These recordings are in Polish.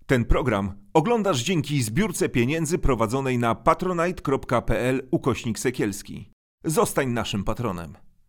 Ten program oglądasz dzięki zbiórce pieniędzy prowadzonej na patronite.pl/Sekielski. Zostań naszym patronem.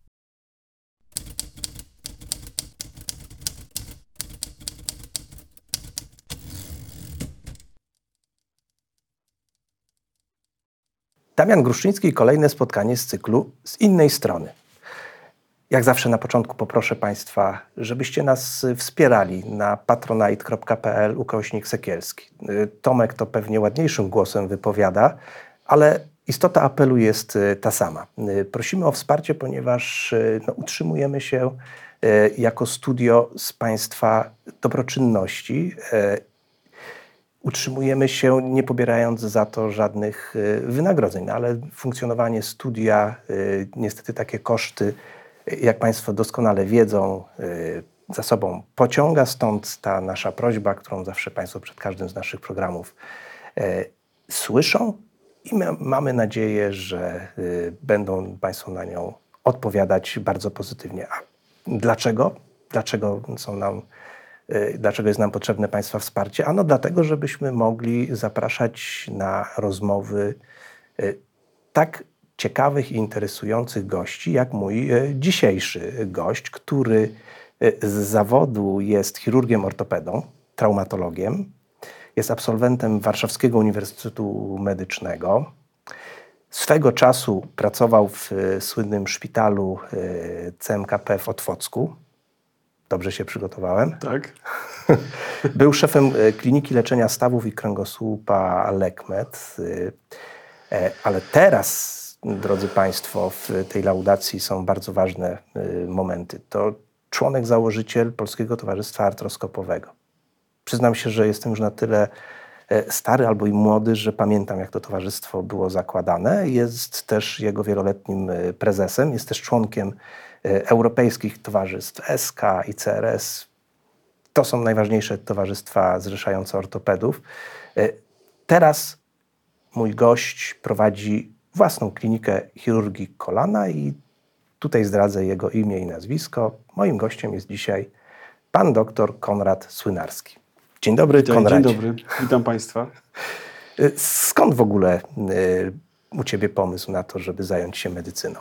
Damian Gruszczyński i kolejne spotkanie z cyklu Z innej strony. Jak zawsze na początku poproszę Państwa, żebyście nas wspierali na patronite.pl/Sekielski. Tomek to pewnie ładniejszym głosem wypowiada, ale istota apelu jest ta sama. Prosimy o wsparcie, ponieważ utrzymujemy się jako studio z Państwa dobroczynności. Utrzymujemy się nie pobierając za to żadnych wynagrodzeń, ale funkcjonowanie studia, niestety takie koszty, jak Państwo doskonale wiedzą, za sobą pociąga, stąd ta nasza prośba, którą zawsze Państwo przed każdym z naszych programów słyszą i my mamy nadzieję, że będą Państwo na nią odpowiadać bardzo pozytywnie. A dlaczego? Dlaczego jest nam potrzebne Państwa wsparcie? Ano dlatego, żebyśmy mogli zapraszać na rozmowy tak ciekawych i interesujących gości, jak mój dzisiejszy gość, który z zawodu jest chirurgiem ortopedą, traumatologiem, jest absolwentem Warszawskiego Uniwersytetu Medycznego. Swego czasu pracował w słynnym szpitalu CMKP w Otwocku. Dobrze się przygotowałem? Tak. Był szefem Kliniki Leczenia Stawów i Kręgosłupa LEKMED. Ale teraz, drodzy Państwo, w tej laudacji są bardzo ważne momenty. To członek, założyciel Polskiego Towarzystwa Artroskopowego. Przyznam się, że jestem już na tyle stary albo i młody, że pamiętam, jak to towarzystwo było zakładane. Jest też jego wieloletnim prezesem, jest też członkiem europejskich towarzystw SK i CRS. To są najważniejsze towarzystwa zrzeszające ortopedów. Teraz mój gość prowadzi własną klinikę chirurgii kolana i tutaj zdradzę jego imię i nazwisko. Moim gościem jest dzisiaj pan doktor Konrad Słynarski. Dzień dobry, Konradzie. Dzień dobry, witam Państwa. Skąd w ogóle u Ciebie pomysł na to, żeby zająć się medycyną?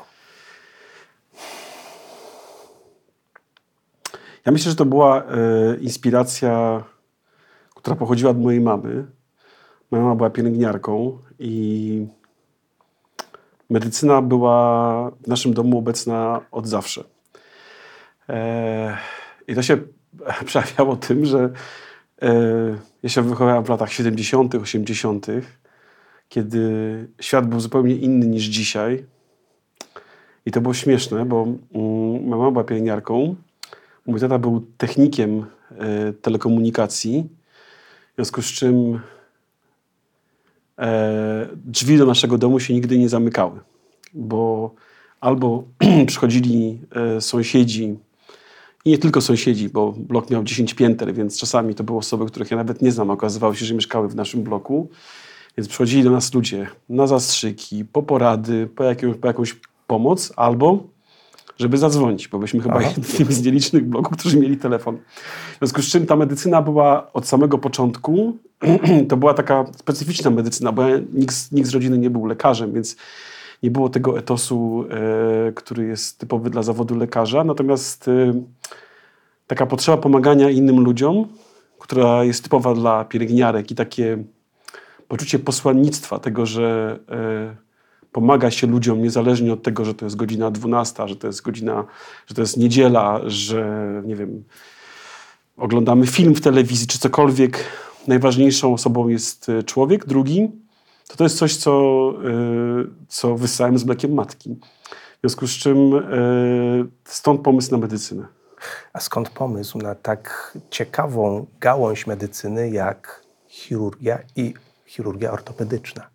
Ja myślę, że to była inspiracja, która pochodziła od mojej mamy. Moja mama była pielęgniarką i medycyna była w naszym domu obecna od zawsze. I to się przejawiało tym, że ja się wychowałem w latach 70., 80., kiedy świat był zupełnie inny niż dzisiaj. I to było śmieszne, bo moja mama była pielęgniarką, mój tata był technikiem telekomunikacji, w związku z czym drzwi do naszego domu się nigdy nie zamykały, bo albo przychodzili sąsiedzi, i nie tylko sąsiedzi, bo blok miał 10 pięter, więc czasami to były osoby, których ja nawet nie znam, okazywało się, że mieszkały w naszym bloku, więc przychodzili do nas ludzie na zastrzyki, po porady, po jakąś pomoc, albo żeby zadzwonić, bo byliśmy chyba jednym z nielicznych bloków, którzy mieli telefon. W związku z czym ta medycyna była od samego początku, to była taka specyficzna medycyna, bo nikt z rodziny nie był lekarzem, więc nie było tego etosu, który jest typowy dla zawodu lekarza. Natomiast taka potrzeba pomagania innym ludziom, która jest typowa dla pielęgniarek i takie poczucie posłannictwa tego, że pomaga się ludziom niezależnie od tego, że to jest godzina 12, że to jest niedziela, że nie wiem, oglądamy film w telewizji czy cokolwiek. Najważniejszą osobą jest człowiek, drugi. To jest coś, co wyssałem z mlekiem matki. W związku z czym stąd pomysł na medycynę. A skąd pomysł na tak ciekawą gałąź medycyny jak chirurgia i chirurgia ortopedyczna?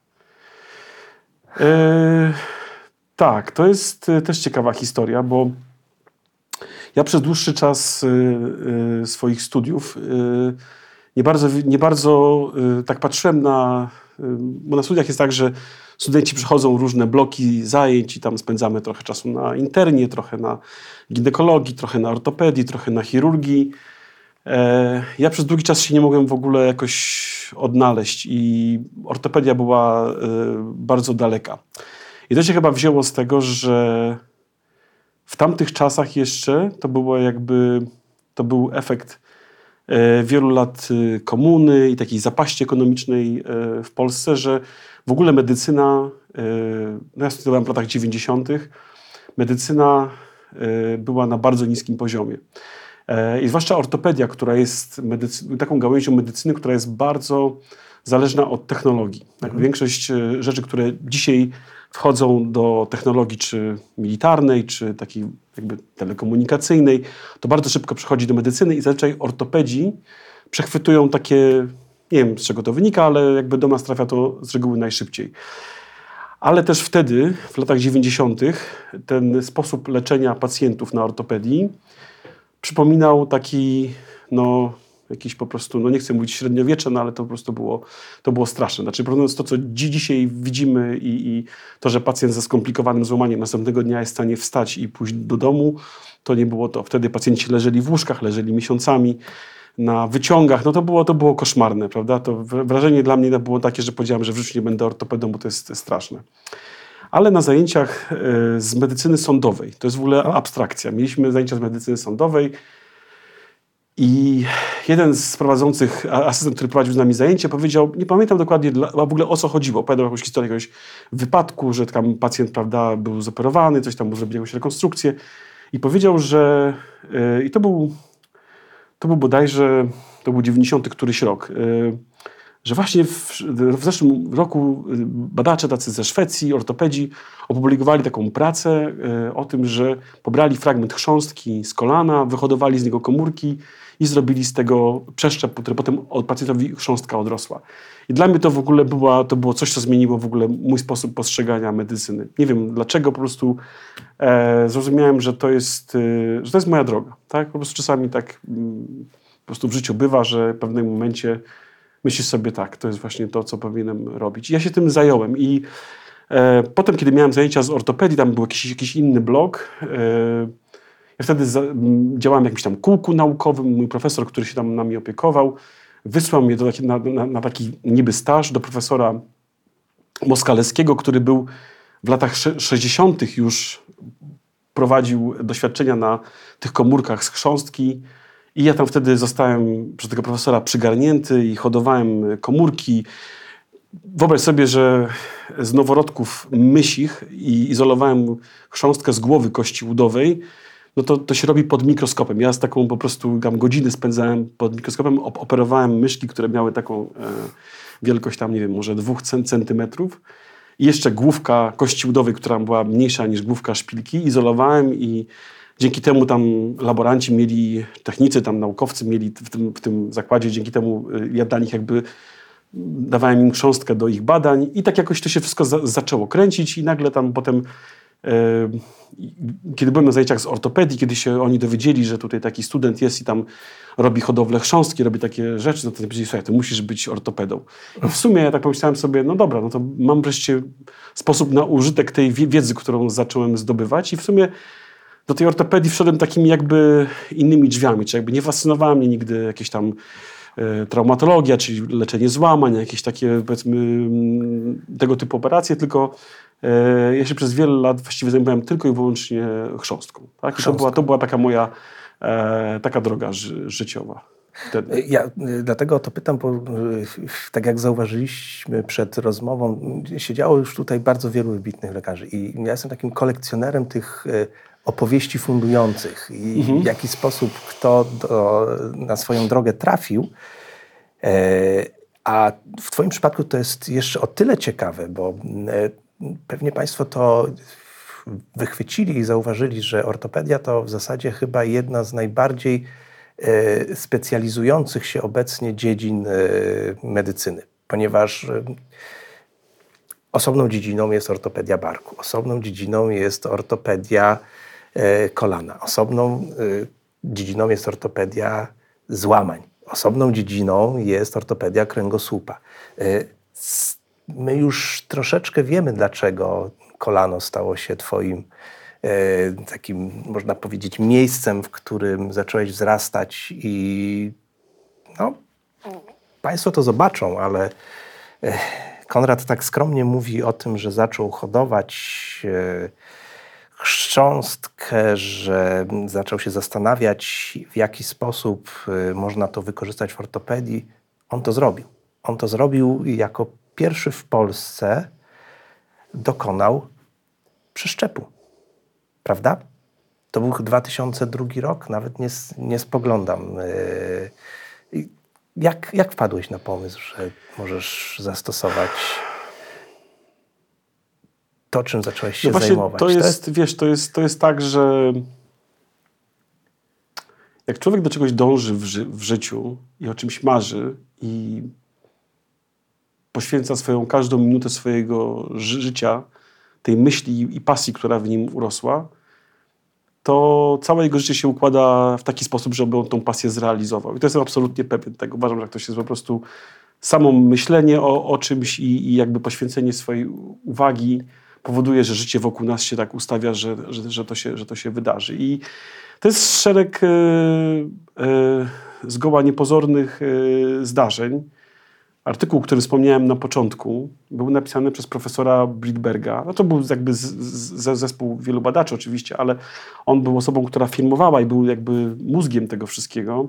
Tak, to jest też ciekawa historia, bo ja przez dłuższy czas swoich studiów nie bardzo tak patrzyłem bo na studiach jest tak, że studenci przychodzą różne bloki zajęć i tam spędzamy trochę czasu na internie, trochę na ginekologii, trochę na ortopedii, trochę na chirurgii. Ja przez długi czas się nie mogłem w ogóle jakoś odnaleźć i ortopedia była bardzo daleka. I to się chyba wzięło z tego, że w tamtych czasach jeszcze to był efekt wielu lat komuny i takiej zapaści ekonomicznej w Polsce, że w ogóle medycyna, no ja studiowałem w latach 90., medycyna była na bardzo niskim poziomie. I zwłaszcza ortopedia, która jest taką gałęzią medycyny, która jest bardzo zależna od technologii. Większość rzeczy, które dzisiaj wchodzą do technologii czy militarnej, czy takiej jakby telekomunikacyjnej, to bardzo szybko przechodzi do medycyny i zazwyczaj ortopedzi przechwytują takie, nie wiem z czego to wynika, ale jakby do nas trafia to z reguły najszybciej. Ale też wtedy, w latach 90., ten sposób leczenia pacjentów na ortopedii przypominał taki, no jakiś po prostu, no nie chcę mówić średniowiecze, no ale to po prostu było straszne. Znaczy porównując to, co dzisiaj widzimy i to, że pacjent ze skomplikowanym złamaniem następnego dnia jest w stanie wstać i pójść do domu, to nie było to. Wtedy pacjenci leżeli w łóżkach, leżeli miesiącami na wyciągach, no to było koszmarne, prawda? To wrażenie dla mnie było takie, że powiedziałem, że w życiu nie będę ortopedą, bo to jest straszne. Ale na zajęciach z medycyny sądowej, to jest w ogóle abstrakcja. Mieliśmy zajęcia z medycyny sądowej i jeden z prowadzących, asystent, który prowadził z nami zajęcie, powiedział, nie pamiętam dokładnie w ogóle o co chodziło, opowiadał jakąś historię jakiegoś wypadku, że tam pacjent, prawda, był zoperowany, coś tam mu zrobili jakąś rekonstrukcję i powiedział, że i to był bodajże, to był 90 któryś rok, że właśnie w zeszłym roku badacze tacy ze Szwecji, ortopedzi, opublikowali taką pracę o tym, że pobrali fragment chrząstki z kolana, wyhodowali z niego komórki i zrobili z tego przeszczep, który potem od pacjentowi chrząstka odrosła. I dla mnie to w ogóle było coś, co zmieniło w ogóle mój sposób postrzegania medycyny. Nie wiem dlaczego, po prostu zrozumiałem, że to jest moja droga. Tak? Po prostu czasami tak po prostu w życiu bywa, że w pewnym momencie myślisz sobie tak, to jest właśnie to, co powinienem robić. I ja się tym zająłem i potem, kiedy miałem zajęcia z ortopedii, tam był jakiś inny blok. Ja wtedy działałem w jakimś tam kółku naukowym. Mój profesor, który się tam nami opiekował, wysłał mnie na taki niby staż do profesora Moskaleskiego, który był w latach 60. już prowadził doświadczenia na tych komórkach z chrząstki. I ja tam wtedy zostałem przez tego profesora przygarnięty i hodowałem komórki. Wyobraź sobie, że z noworodków mysich i izolowałem chrząstkę z głowy kości udowej, no to się robi pod mikroskopem. Ja z taką po prostu tam godziny spędzałem pod mikroskopem, operowałem myszki, które miały taką wielkość tam, nie wiem, może 2 centymetrów. I jeszcze główka kości udowej, która była mniejsza niż główka szpilki, izolowałem i dzięki temu tam laboranci mieli, technicy, tam naukowcy mieli w tym zakładzie, dzięki temu ja dla nich jakby dawałem im chrząstkę do ich badań i tak jakoś to się wszystko zaczęło kręcić i nagle tam potem, kiedy byłem na zajęciach z ortopedii, kiedy się oni dowiedzieli, że tutaj taki student jest i tam robi hodowlę chrząstki, robi takie rzeczy, no to powiedzieli, słuchaj, ty musisz być ortopedą. I w sumie ja tak pomyślałem sobie, no dobra, no to mam wreszcie sposób na użytek tej wiedzy, którą zacząłem zdobywać i w sumie do tej ortopedii wszedłem takimi jakby innymi drzwiami, czy jakby nie fascynowała mnie nigdy jakieś tam traumatologia, czyli leczenie złamań, jakieś takie powiedzmy tego typu operacje, tylko ja się przez wiele lat właściwie zajmowałem tylko i wyłącznie chrząstką. Tak? I to była taka moja taka droga życiowa. Wtedy. Ja dlatego o to pytam, bo tak jak zauważyliśmy przed rozmową, siedziało już tutaj bardzo wielu wybitnych lekarzy i ja jestem takim kolekcjonerem tych opowieści fundujących i w jaki sposób kto na swoją drogę trafił. A w twoim przypadku to jest jeszcze o tyle ciekawe, bo pewnie państwo to wychwycili i zauważyli, że ortopedia to w zasadzie chyba jedna z najbardziej specjalizujących się obecnie dziedzin medycyny, ponieważ osobną dziedziną jest ortopedia barku, osobną dziedziną jest ortopedia kolana, osobną dziedziną jest ortopedia złamań, osobną dziedziną jest ortopedia kręgosłupa. My już troszeczkę wiemy, dlaczego kolano stało się twoim takim, można powiedzieć, miejscem, w którym zacząłeś wzrastać i no, państwo to zobaczą, ale Konrad tak skromnie mówi o tym, że zaczął hodować chrząstkę, że zaczął się zastanawiać, w jaki sposób można to wykorzystać w ortopedii. On to zrobił. On to zrobił i jako pierwszy w Polsce dokonał przeszczepu. Prawda? To był 2002 rok, nawet nie spoglądam. Jak wpadłeś na pomysł, że możesz zastosować to, czym zacząłeś się zajmować? To jest tak, że jak człowiek do czegoś dąży w życiu i o czymś marzy i poświęca każdą minutę swojego życia tej myśli i pasji, która w nim urosła, to całe jego życie się układa w taki sposób, żeby on tą pasję zrealizował. I to jestem absolutnie pewien tego. Uważam, że to jest po prostu samo myślenie o czymś i jakby poświęcenie swojej uwagi powoduje, że życie wokół nas się tak ustawia, że to się wydarzy. I to jest szereg zgoła niepozornych zdarzeń. Artykuł, który wspomniałem na początku, był napisany przez profesora Bridberga. No to był jakby zespół wielu badaczy oczywiście, ale on był osobą, która filmowała i był jakby mózgiem tego wszystkiego,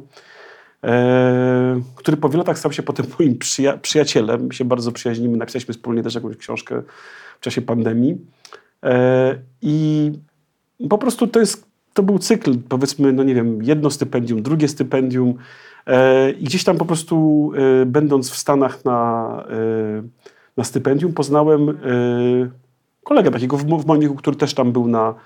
który po wielu latach stał się potem moim przyjacielem. My się bardzo przyjaźnimy, napisaliśmy wspólnie też jakąś książkę w czasie pandemii. I po prostu to był cykl, powiedzmy, no nie wiem, jedno stypendium, drugie stypendium. I gdzieś tam po prostu będąc w Stanach na stypendium poznałem kolegę takiego w moim wieku, który też tam był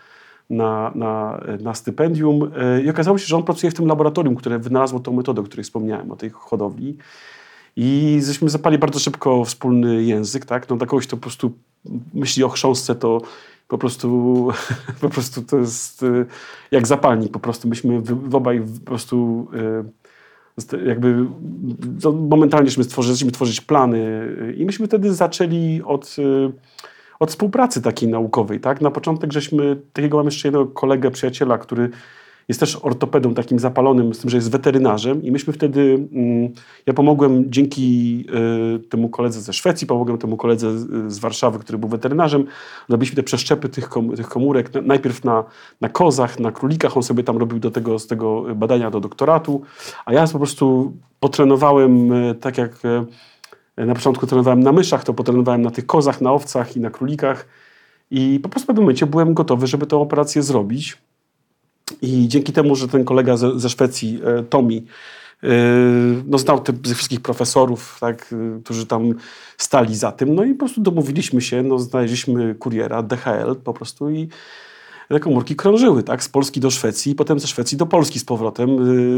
na stypendium i okazało się, że on pracuje w tym laboratorium, które wynalazło tą metodę, o której wspomniałem, o tej hodowli. I żeśmy zapali bardzo szybko wspólny język, tak? No dla kogoś to po prostu myśli o chrząstce, to po prostu to jest jak zapalnik. Po prostu myśmy obaj po prostu jakby momentalnie zaczęliśmy tworzyć plany i myśmy wtedy zaczęli od współpracy takiej naukowej, tak? Na początek mam jeszcze jednego kolegę, przyjaciela, który jest też ortopedą takim zapalonym, z tym, że jest weterynarzem i myśmy wtedy, ja pomogłem dzięki temu koledze ze Szwecji, pomogłem temu koledze z Warszawy, który był weterynarzem, robiliśmy te przeszczepy tych komórek, najpierw na kozach, na królikach, on sobie tam robił z tego badania do doktoratu, a ja po prostu potrenowałem tak jak na początku trenowałem na myszach, to potrenowałem na tych kozach, na owcach i na królikach i po prostu w pewnym momencie byłem gotowy, żeby tę operację zrobić. I dzięki temu, że ten kolega ze Szwecji, Tomi, no znał tych wszystkich profesorów, tak, którzy tam stali za tym, no i po prostu domówiliśmy się, no znaleźliśmy kuriera, DHL po prostu i te komórki krążyły, tak, z Polski do Szwecji i potem ze Szwecji do Polski z powrotem.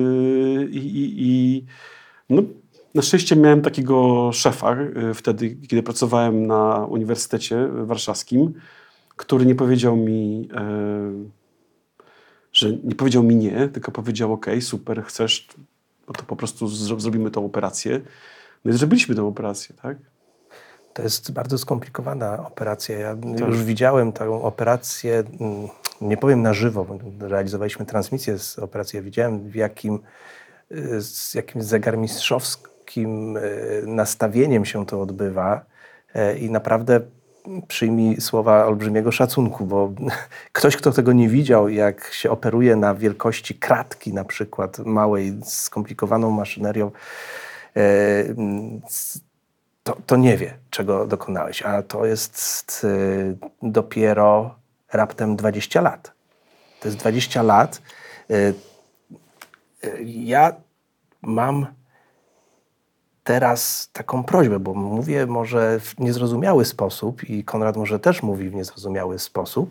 No, na szczęście miałem takiego szefa wtedy, kiedy pracowałem na Uniwersytecie Warszawskim, który nie powiedział mi... że nie powiedział mi nie, tylko powiedział okej, super, chcesz, no to po prostu zrobimy tą operację. No i zrobiliśmy tę operację, tak? To jest bardzo skomplikowana operacja. Ja już widziałem tę operację, nie powiem na żywo, bo realizowaliśmy transmisję z operacji. Ja widziałem z jakim zegarmistrzowskim nastawieniem się to odbywa i naprawdę przyjmij słowa olbrzymiego szacunku, bo ktoś, kto tego nie widział, jak się operuje na wielkości kratki na przykład, małej, skomplikowaną maszynerią, to nie wie, czego dokonałeś. A to jest dopiero raptem 20 lat. To jest 20 lat. Ja mam teraz taką prośbę, bo mówię może w niezrozumiały sposób i Konrad może też mówi w niezrozumiały sposób.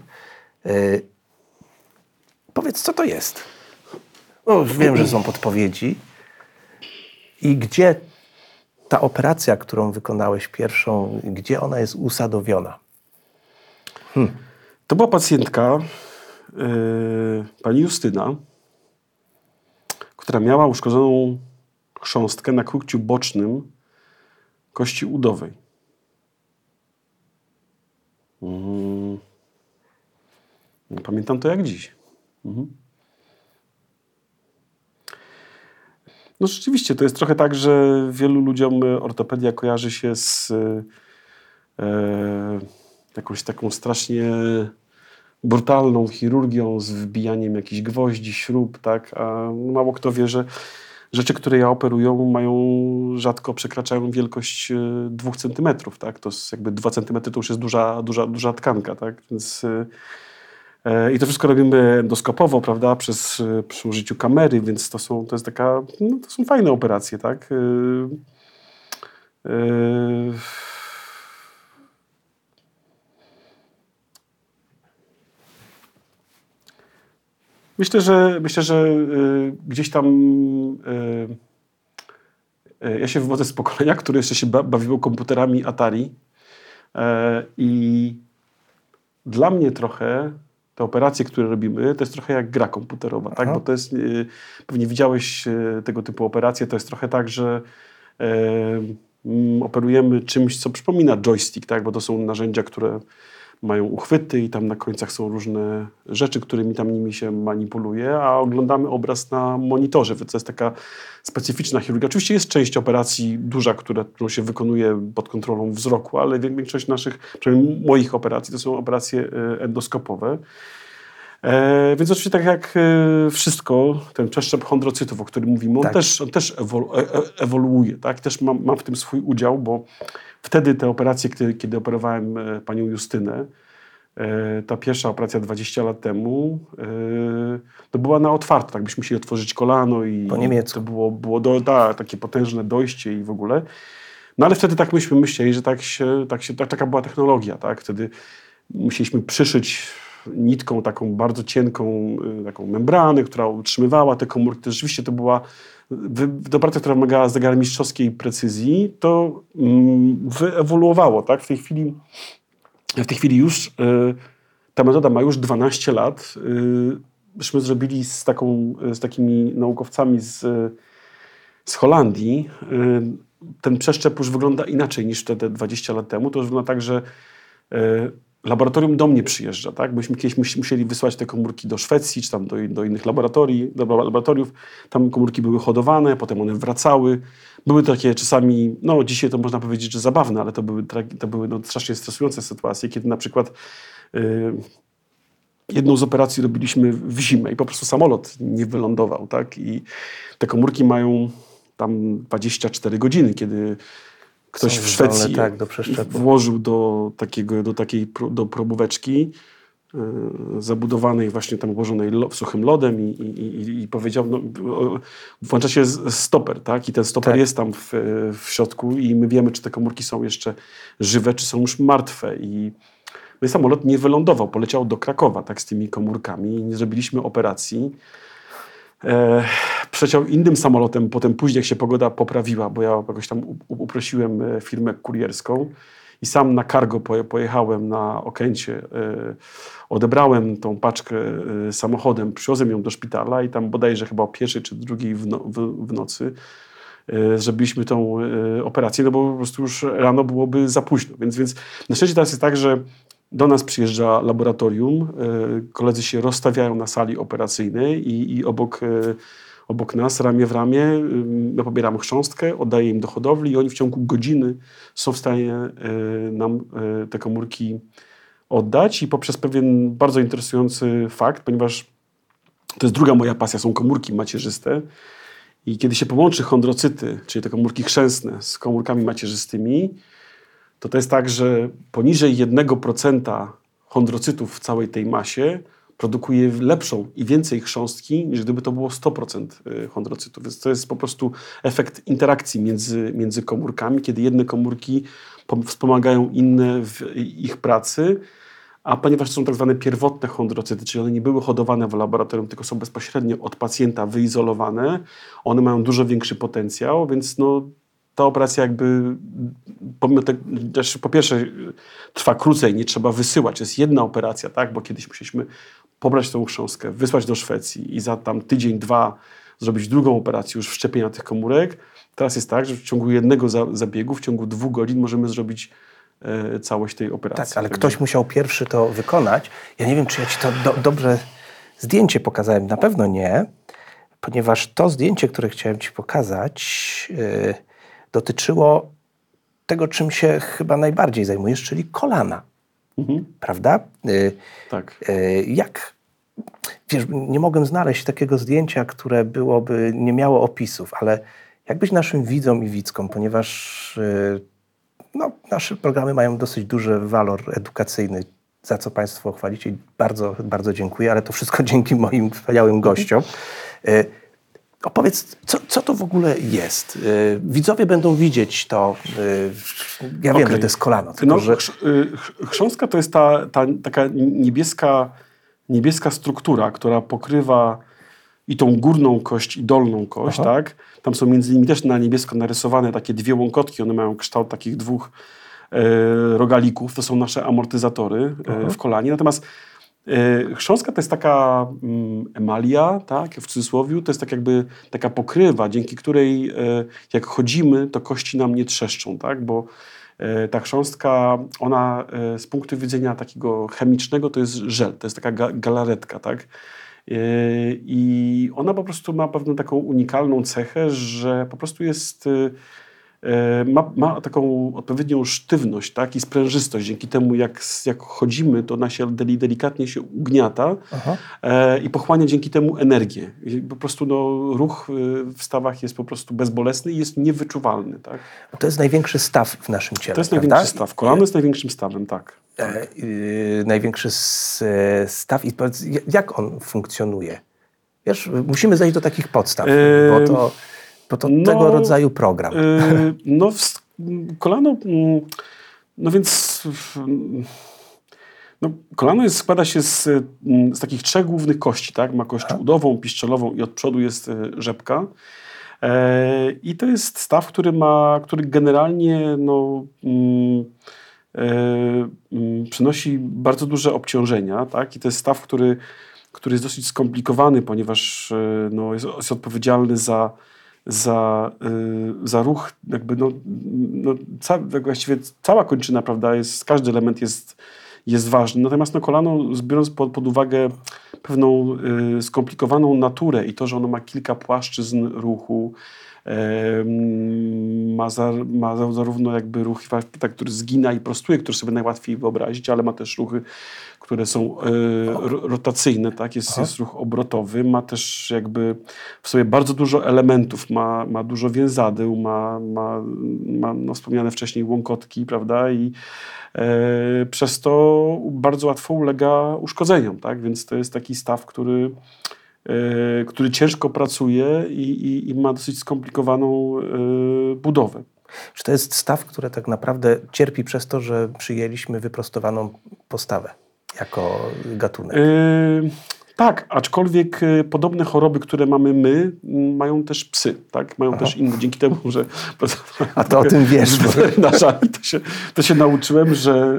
Powiedz, co to jest? No, już wiem, że są podpowiedzi. I gdzie ta operacja, którą wykonałeś pierwszą, gdzie ona jest usadowiona? To była pacjentka, pani Justyna, która miała uszkodzoną chrząstkę na krukciu bocznym kości udowej. Pamiętam to jak dziś. Mhm. No rzeczywiście, to jest trochę tak, że wielu ludziom ortopedia kojarzy się z jakąś taką strasznie brutalną chirurgią, z wbijaniem jakichś gwoździ, śrub, tak? A mało kto wie, że rzeczy, które ja operują, rzadko przekraczają wielkość 2 centymetrów, tak? To jest jakby 2 centymetry to już jest duża tkanka, tak? Więc i to wszystko robimy endoskopowo, prawda, przy użyciu kamery, więc to są fajne operacje, tak. Myślę, że gdzieś tam ja się wywodzę z pokolenia, które jeszcze się bawiło komputerami Atari i dla mnie trochę te operacje, które robimy, to jest trochę jak gra komputerowa, tak? Bo to jest, pewnie widziałeś tego typu operacje, to jest trochę tak, że operujemy czymś, co przypomina joystick, tak? Bo to są narzędzia, które mają uchwyty i tam na końcach są różne rzeczy, którymi tam nimi się manipuluje, a oglądamy obraz na monitorze, więc to jest taka specyficzna chirurgia. Oczywiście jest część operacji duża, którą się wykonuje pod kontrolą wzroku, ale większość naszych, przynajmniej moich operacji, to są operacje endoskopowe. Więc oczywiście tak jak wszystko, ten przeszczep chondrocytów, o którym mówimy, on też ewoluuje, tak? Też mam w tym swój udział, bo wtedy te operacje, kiedy operowałem panią Justynę, ta pierwsza operacja 20 lat temu, to była na otwarto, tak byśmy musieli otworzyć kolano i po niemiecku. To było takie potężne dojście i w ogóle. No ale wtedy tak myśmy myśleli, że taka była technologia, tak? Wtedy musieliśmy przyszyć nitką taką bardzo cienką taką membranę, która utrzymywała te komórki. To rzeczywiście to była operacja, która wymagała zegarmistrzowskiej precyzji. To wyewoluowało, tak? W tej chwili już ta metoda ma już 12 lat. Myśmy zrobili z takimi naukowcami z Holandii. Ten przeszczep już wygląda inaczej niż wtedy 20 lat temu. To już wygląda tak, że laboratorium do mnie przyjeżdża, tak? Byśmy kiedyś musieli wysłać te komórki do Szwecji, czy tam do innych laboratoriów. Tam komórki były hodowane, potem one wracały. Były takie czasami, no dzisiaj to można powiedzieć, że zabawne, ale to były strasznie stresujące sytuacje, kiedy na przykład jedną z operacji robiliśmy w zimę i po prostu samolot nie wylądował, tak? I te komórki mają tam 24 godziny, kiedy ktoś w Szwecji włożył do probóweczki zabudowanej właśnie tam obłożonej suchym lodem i powiedział, no, włącza się stoper, tak? I ten stoper jest tam w środku i my wiemy, czy te komórki są jeszcze żywe, czy są już martwe. No i samolot nie wylądował, poleciał do Krakowa, tak, z tymi komórkami i nie zrobiliśmy operacji. Przeciął innym samolotem, potem później jak się pogoda poprawiła, bo ja jakoś tam uprosiłem firmę kurierską i sam na cargo pojechałem na Okęcie, odebrałem tą paczkę samochodem, przywiozłem ją do szpitala i tam bodajże chyba o 1:00 czy 2:00 w nocy zrobiliśmy tą operację, no bo po prostu już rano byłoby za późno. Więc na szczęście teraz jest tak, że do nas przyjeżdża laboratorium, koledzy się rozstawiają na sali operacyjnej i obok nas, ramię w ramię, my pobieramy chrząstkę, oddaję im do hodowli i oni w ciągu godziny są w stanie nam te komórki oddać i poprzez pewien bardzo interesujący fakt, ponieważ to jest druga moja pasja, są komórki macierzyste i kiedy się połączy chondrocyty, czyli te komórki chrzęsne z komórkami macierzystymi, to jest tak, że poniżej 1% chondrocytów w całej tej masie produkuje lepszą i więcej chrząstki, niż gdyby to było 100% chondrocytów. Więc to jest po prostu efekt interakcji między komórkami, kiedy jedne komórki wspomagają inne w ich pracy, a ponieważ to są tak zwane pierwotne chondrocyty, czyli one nie były hodowane w laboratorium, tylko są bezpośrednio od pacjenta wyizolowane, one mają dużo większy potencjał, więc no, ta operacja jakby, po pierwsze trwa krócej, nie trzeba wysyłać, jest jedna operacja, tak? Bo kiedyś musieliśmy pobrać tą chrząstkę, wysłać do Szwecji i za tam tydzień, 2 zrobić drugą operację już wszczepienia tych komórek. Teraz jest tak, że w ciągu jednego zabiegu, w ciągu 2 godzin możemy zrobić całość tej operacji. Tak, ale ktoś musiał pierwszy to wykonać. Ja nie wiem, czy ja ci to dobrze zdjęcie pokazałem. Na pewno nie, ponieważ to zdjęcie, które chciałem ci pokazać, dotyczyło tego, czym się chyba najbardziej zajmujesz, czyli kolana. Prawda? Tak. Wiesz, nie mogłem znaleźć takiego zdjęcia, które nie miało opisów, ale jakbyś naszym widzom i widzkom, ponieważ nasze programy mają dosyć duży walor edukacyjny, za co Państwo chwalicie i bardzo, bardzo dziękuję, ale to wszystko dzięki moim wspaniałym gościom. Opowiedz, co to w ogóle jest? Widzowie będą widzieć to. Ja wiem, że to jest kolano. Tylko, że... Chrząstka to jest taka niebieska struktura, która pokrywa i tą górną kość, i dolną kość. Tak? Tam są między nimi też na niebiesko narysowane takie dwie łąkotki. One mają kształt takich dwóch rogalików. To są nasze amortyzatory w kolanie. Natomiast chrząstka to jest taka emalia, tak, w cudzysłowie, to jest tak jakby taka pokrywa, dzięki której jak chodzimy, to kości nam nie trzeszczą, tak, bo ta chrząstka, ona z punktu widzenia takiego chemicznego to jest żel, to jest taka galaretka, tak, i ona po prostu ma pewną taką unikalną cechę, że po prostu jest... Ma taką odpowiednią sztywność, tak, i sprężystość. Dzięki temu, jak chodzimy, to ona się delikatnie się ugniata i pochłania dzięki temu energię. I po prostu ruch w stawach jest po prostu bezbolesny i jest niewyczuwalny. Tak? To jest największy staw w naszym ciele, to jest prawda? największy staw. Kolano jest największym stawem, tak. Największy staw. I powiedz, jak on funkcjonuje? Wiesz, musimy zejść do takich podstaw, bo to tego rodzaju program. Kolano, kolano składa się z takich trzech głównych kości, tak? Ma kość udową, piszczelową i od przodu jest rzepka. I to jest staw, który generalnie przynosi bardzo duże obciążenia, tak? I to jest staw, który jest dosyć skomplikowany, ponieważ jest odpowiedzialny za ruch, jakby właściwie cała kończyna, prawda, każdy element jest ważny. Natomiast kolano, biorąc pod uwagę pewną skomplikowaną naturę i to, że ono ma kilka płaszczyzn ruchu, ma zarówno jakby ruch, tak, który zgina i prostuje, który sobie najłatwiej wyobrazić, ale ma też ruchy, które są rotacyjne, tak? Jest ruch obrotowy, ma też jakby w sobie bardzo dużo elementów, ma dużo więzadeł, ma wspomniane wcześniej łąkotki, prawda? I przez to bardzo łatwo ulega uszkodzeniom, tak? Więc to jest taki staw, który ciężko pracuje i ma dosyć skomplikowaną budowę. Czy to jest staw, który tak naprawdę cierpi przez to, że przyjęliśmy wyprostowaną postawę jako gatunek? Tak, aczkolwiek podobne choroby, które mamy my, mają też psy, tak? Mają też inne, dzięki temu, że... A to o tym wiesz. To się nauczyłem,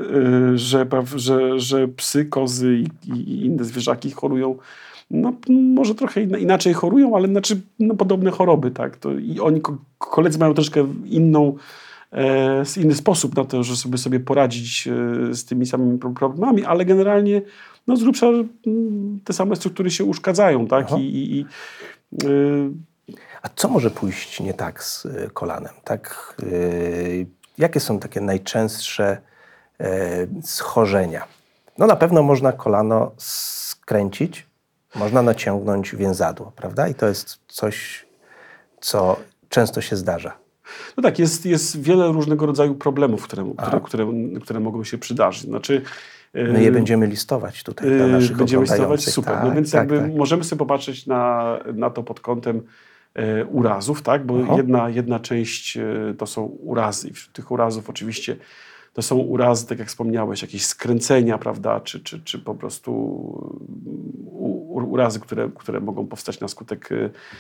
że psy, kozy i inne zwierzaki chorują, może trochę inaczej chorują, ale podobne choroby, tak? I oni, koledzy mają troszkę inny sposób na to, że sobie poradzić z tymi samymi problemami, ale generalnie z grubsza te same struktury się uszkadzają, tak? A co może pójść nie tak z kolanem? Tak? Jakie są takie najczęstsze schorzenia? Na pewno można kolano skręcić, można naciągnąć więzadło, prawda? I to jest coś, co często się zdarza. No tak, jest wiele różnego rodzaju problemów, które mogą się przydarzyć. Znaczy, my je będziemy listować tutaj dla naszych będziemy listować, super. Tak, więc możemy sobie popatrzeć na to pod kątem urazów, tak? Bo jedna część to są urazy. I wśród tych urazów oczywiście to są urazy, tak jak wspomniałeś, jakieś skręcenia, prawda? Czy po prostu urazy, które mogą powstać na skutek,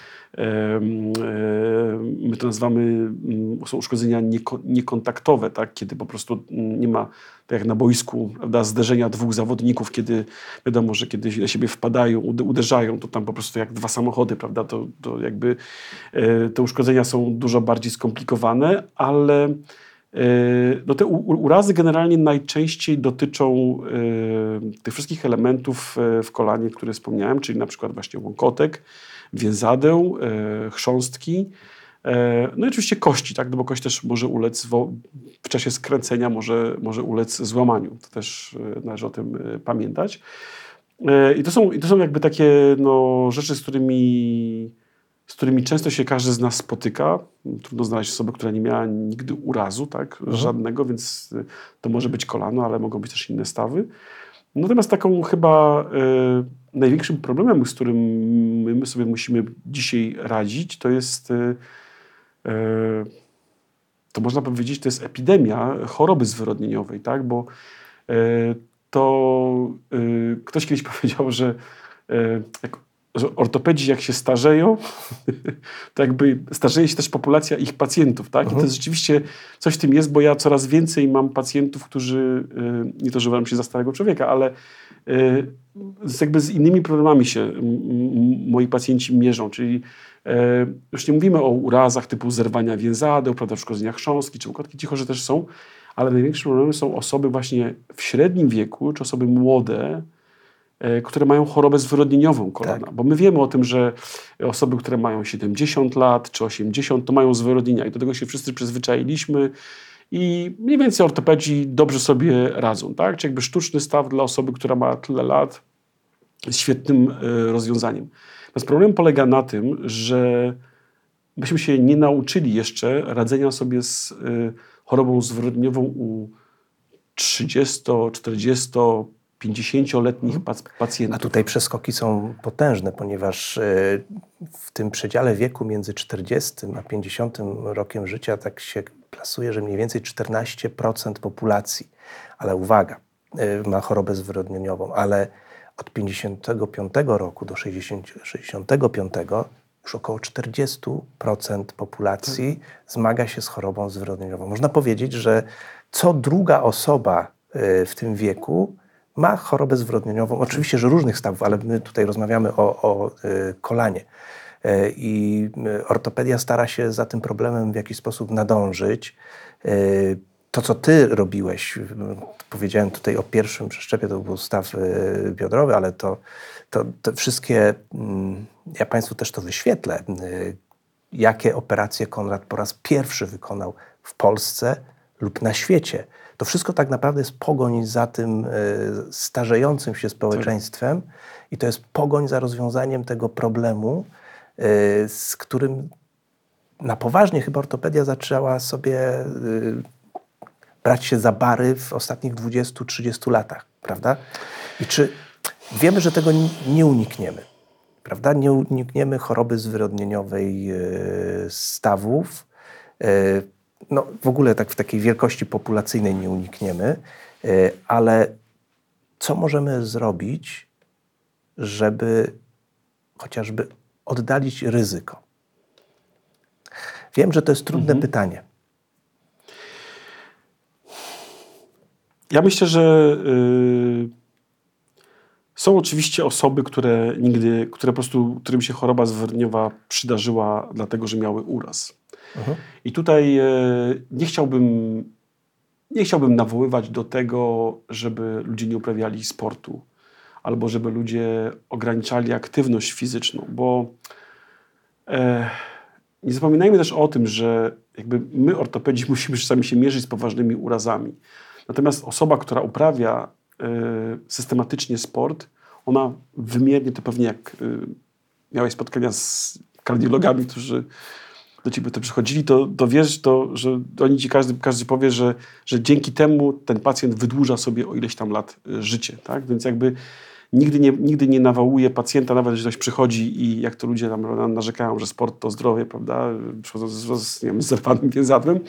my to nazywamy, są uszkodzenia niekontaktowe, tak? Kiedy po prostu nie ma, tak jak na boisku, prawda, zderzenia dwóch zawodników, kiedy wiadomo, że kiedy na siebie wpadają, uderzają, to tam po prostu jak dwa samochody, prawda? To jakby te uszkodzenia są dużo bardziej skomplikowane, ale No te urazy generalnie najczęściej dotyczą tych wszystkich elementów w kolanie, które wspomniałem, czyli na przykład właśnie łąkotek, więzadeł, chrząstki, no i oczywiście kości, tak? No bo kość też może ulec w czasie skręcenia, może ulec złamaniu. To też należy o tym pamiętać. I to są jakby takie no, rzeczy, z którymi często się każdy z nas spotyka. Trudno znaleźć osobę, która nie miała nigdy urazu, tak? Żadnego, więc to może być kolano, ale mogą być też inne stawy. Natomiast taką chyba największym problemem, z którym my sobie musimy dzisiaj radzić, to jest, to można powiedzieć, to jest epidemia choroby zwyrodnieniowej, tak? Bo ktoś kiedyś powiedział, że ortopedzi jak się starzeją, to jakby starzeje się też populacja ich pacjentów, tak? I to rzeczywiście coś w tym jest, bo ja coraz więcej mam pacjentów, którzy, nie to, że uważam się za starego człowieka, ale jakby z innymi problemami się moi pacjenci mierzą, czyli już nie mówimy o urazach typu zerwania więzadeł, prawda, uszkodzenia chrząstki czy łąkotki, ci chorzy też są, ale największym problemem są osoby właśnie w średnim wieku, czy osoby młode, które mają chorobę zwyrodnieniową kolana. Tak. Bo my wiemy o tym, że osoby, które mają 70 lat czy 80, to mają zwyrodnienia i do tego się wszyscy przyzwyczailiśmy i mniej więcej ortopedzi dobrze sobie radzą. Tak? Czy jakby sztuczny staw dla osoby, która ma tyle lat jest świetnym rozwiązaniem. Natomiast problem polega na tym, że myśmy się nie nauczyli jeszcze radzenia sobie z chorobą zwyrodnieniową u 30, 40, 50-letnich pacjentów. A tutaj przeskoki są potężne, ponieważ w tym przedziale wieku między 40 a 50 rokiem życia tak się plasuje, że mniej więcej 14% populacji, ale uwaga, ma chorobę zwyrodnieniową, ale od 55 roku do 65 już około 40% populacji zmaga się z chorobą zwyrodnieniową. Można powiedzieć, że co druga osoba w tym wieku ma chorobę zwyrodnieniową. Oczywiście, że różnych stawów, ale my tutaj rozmawiamy o kolanie. I ortopedia stara się za tym problemem w jakiś sposób nadążyć. To, co ty robiłeś, powiedziałem tutaj o pierwszym przeszczepie, to był staw biodrowy, ale to wszystkie, ja Państwu też to wyświetlę, jakie operacje Konrad po raz pierwszy wykonał w Polsce lub na świecie. To wszystko tak naprawdę jest pogoń za tym starzejącym się społeczeństwem i to jest pogoń za rozwiązaniem tego problemu, z którym na poważnie chyba ortopedia zaczęła sobie brać się za bary w ostatnich 20-30 latach, prawda? I czy wiemy, że tego nie unikniemy, prawda? Nie unikniemy choroby zwyrodnieniowej stawów, no w ogóle tak w takiej wielkości populacyjnej nie unikniemy, ale co możemy zrobić, żeby chociażby oddalić ryzyko? Wiem, że to jest trudne pytanie. Ja myślę, że są oczywiście osoby, którym się choroba zwyrodnieniowa przydarzyła, dlatego że miały uraz. I tutaj nie chciałbym nawoływać do tego, żeby ludzie nie uprawiali sportu albo żeby ludzie ograniczali aktywność fizyczną, bo nie zapominajmy też o tym, że jakby my, ortopedzi, musimy czasami się mierzyć z poważnymi urazami. Natomiast osoba, która uprawia systematycznie sport, ona wymiernie, to pewnie jak miałeś spotkania z kardiologami, którzy do ciebie to przychodzili, to wiesz, że oni ci każdy powie, że dzięki temu ten pacjent wydłuża sobie o ileś tam lat życie. Tak? Więc jakby nigdy nie nawołuje pacjenta, nawet jeśli ktoś przychodzi i jak to ludzie tam narzekają, że sport to zdrowie, prawda, przychodzą z zerwanym więzadłem.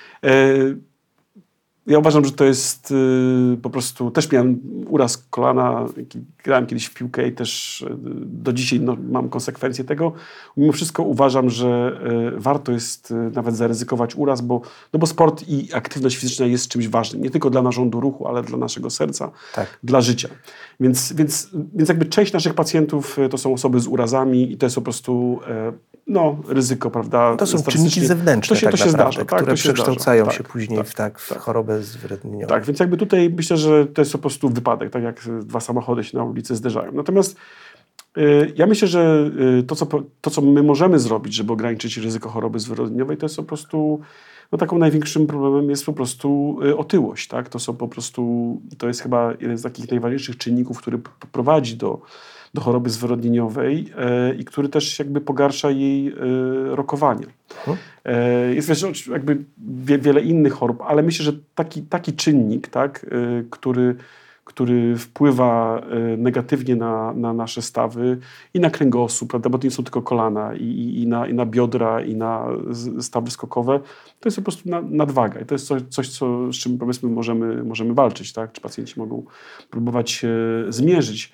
Ja uważam, że to jest po prostu... Też miałem uraz kolana, grałem kiedyś w piłkę i też do dzisiaj mam konsekwencje tego. Mimo wszystko uważam, że warto jest nawet zaryzykować uraz, bo sport i aktywność fizyczna jest czymś ważnym. Nie tylko dla narządu ruchu, ale dla naszego serca, dla życia. Więc jakby część naszych pacjentów to są osoby z urazami i to jest po prostu ryzyko, prawda? To są statystycznie- czynniki zewnętrzne to się naprawdę, zdarza, które to się przekształcają zdarza. się później w chorobę zwyrodnieniową. Tak, więc jakby tutaj myślę, że to jest po prostu wypadek, tak jak dwa samochody się na ulicy zderzają. Natomiast ja myślę, że to, co my możemy zrobić, żeby ograniczyć ryzyko choroby zwyrodnieniowej, to jest po prostu, taką największym problemem jest po prostu otyłość, tak? To jest chyba jeden z takich najważniejszych czynników, który prowadzi do choroby zwyrodnieniowej i który też jakby pogarsza jej rokowanie. Jest wiesz, jakby wiele innych chorób, ale myślę, że taki czynnik, tak, który wpływa negatywnie na nasze stawy i na kręgosłup, prawda, bo to nie są tylko kolana i na biodra i na stawy skokowe, to jest po prostu nadwaga i to jest coś z czym powiedzmy możemy walczyć, tak? Czy pacjenci mogą próbować zmierzyć.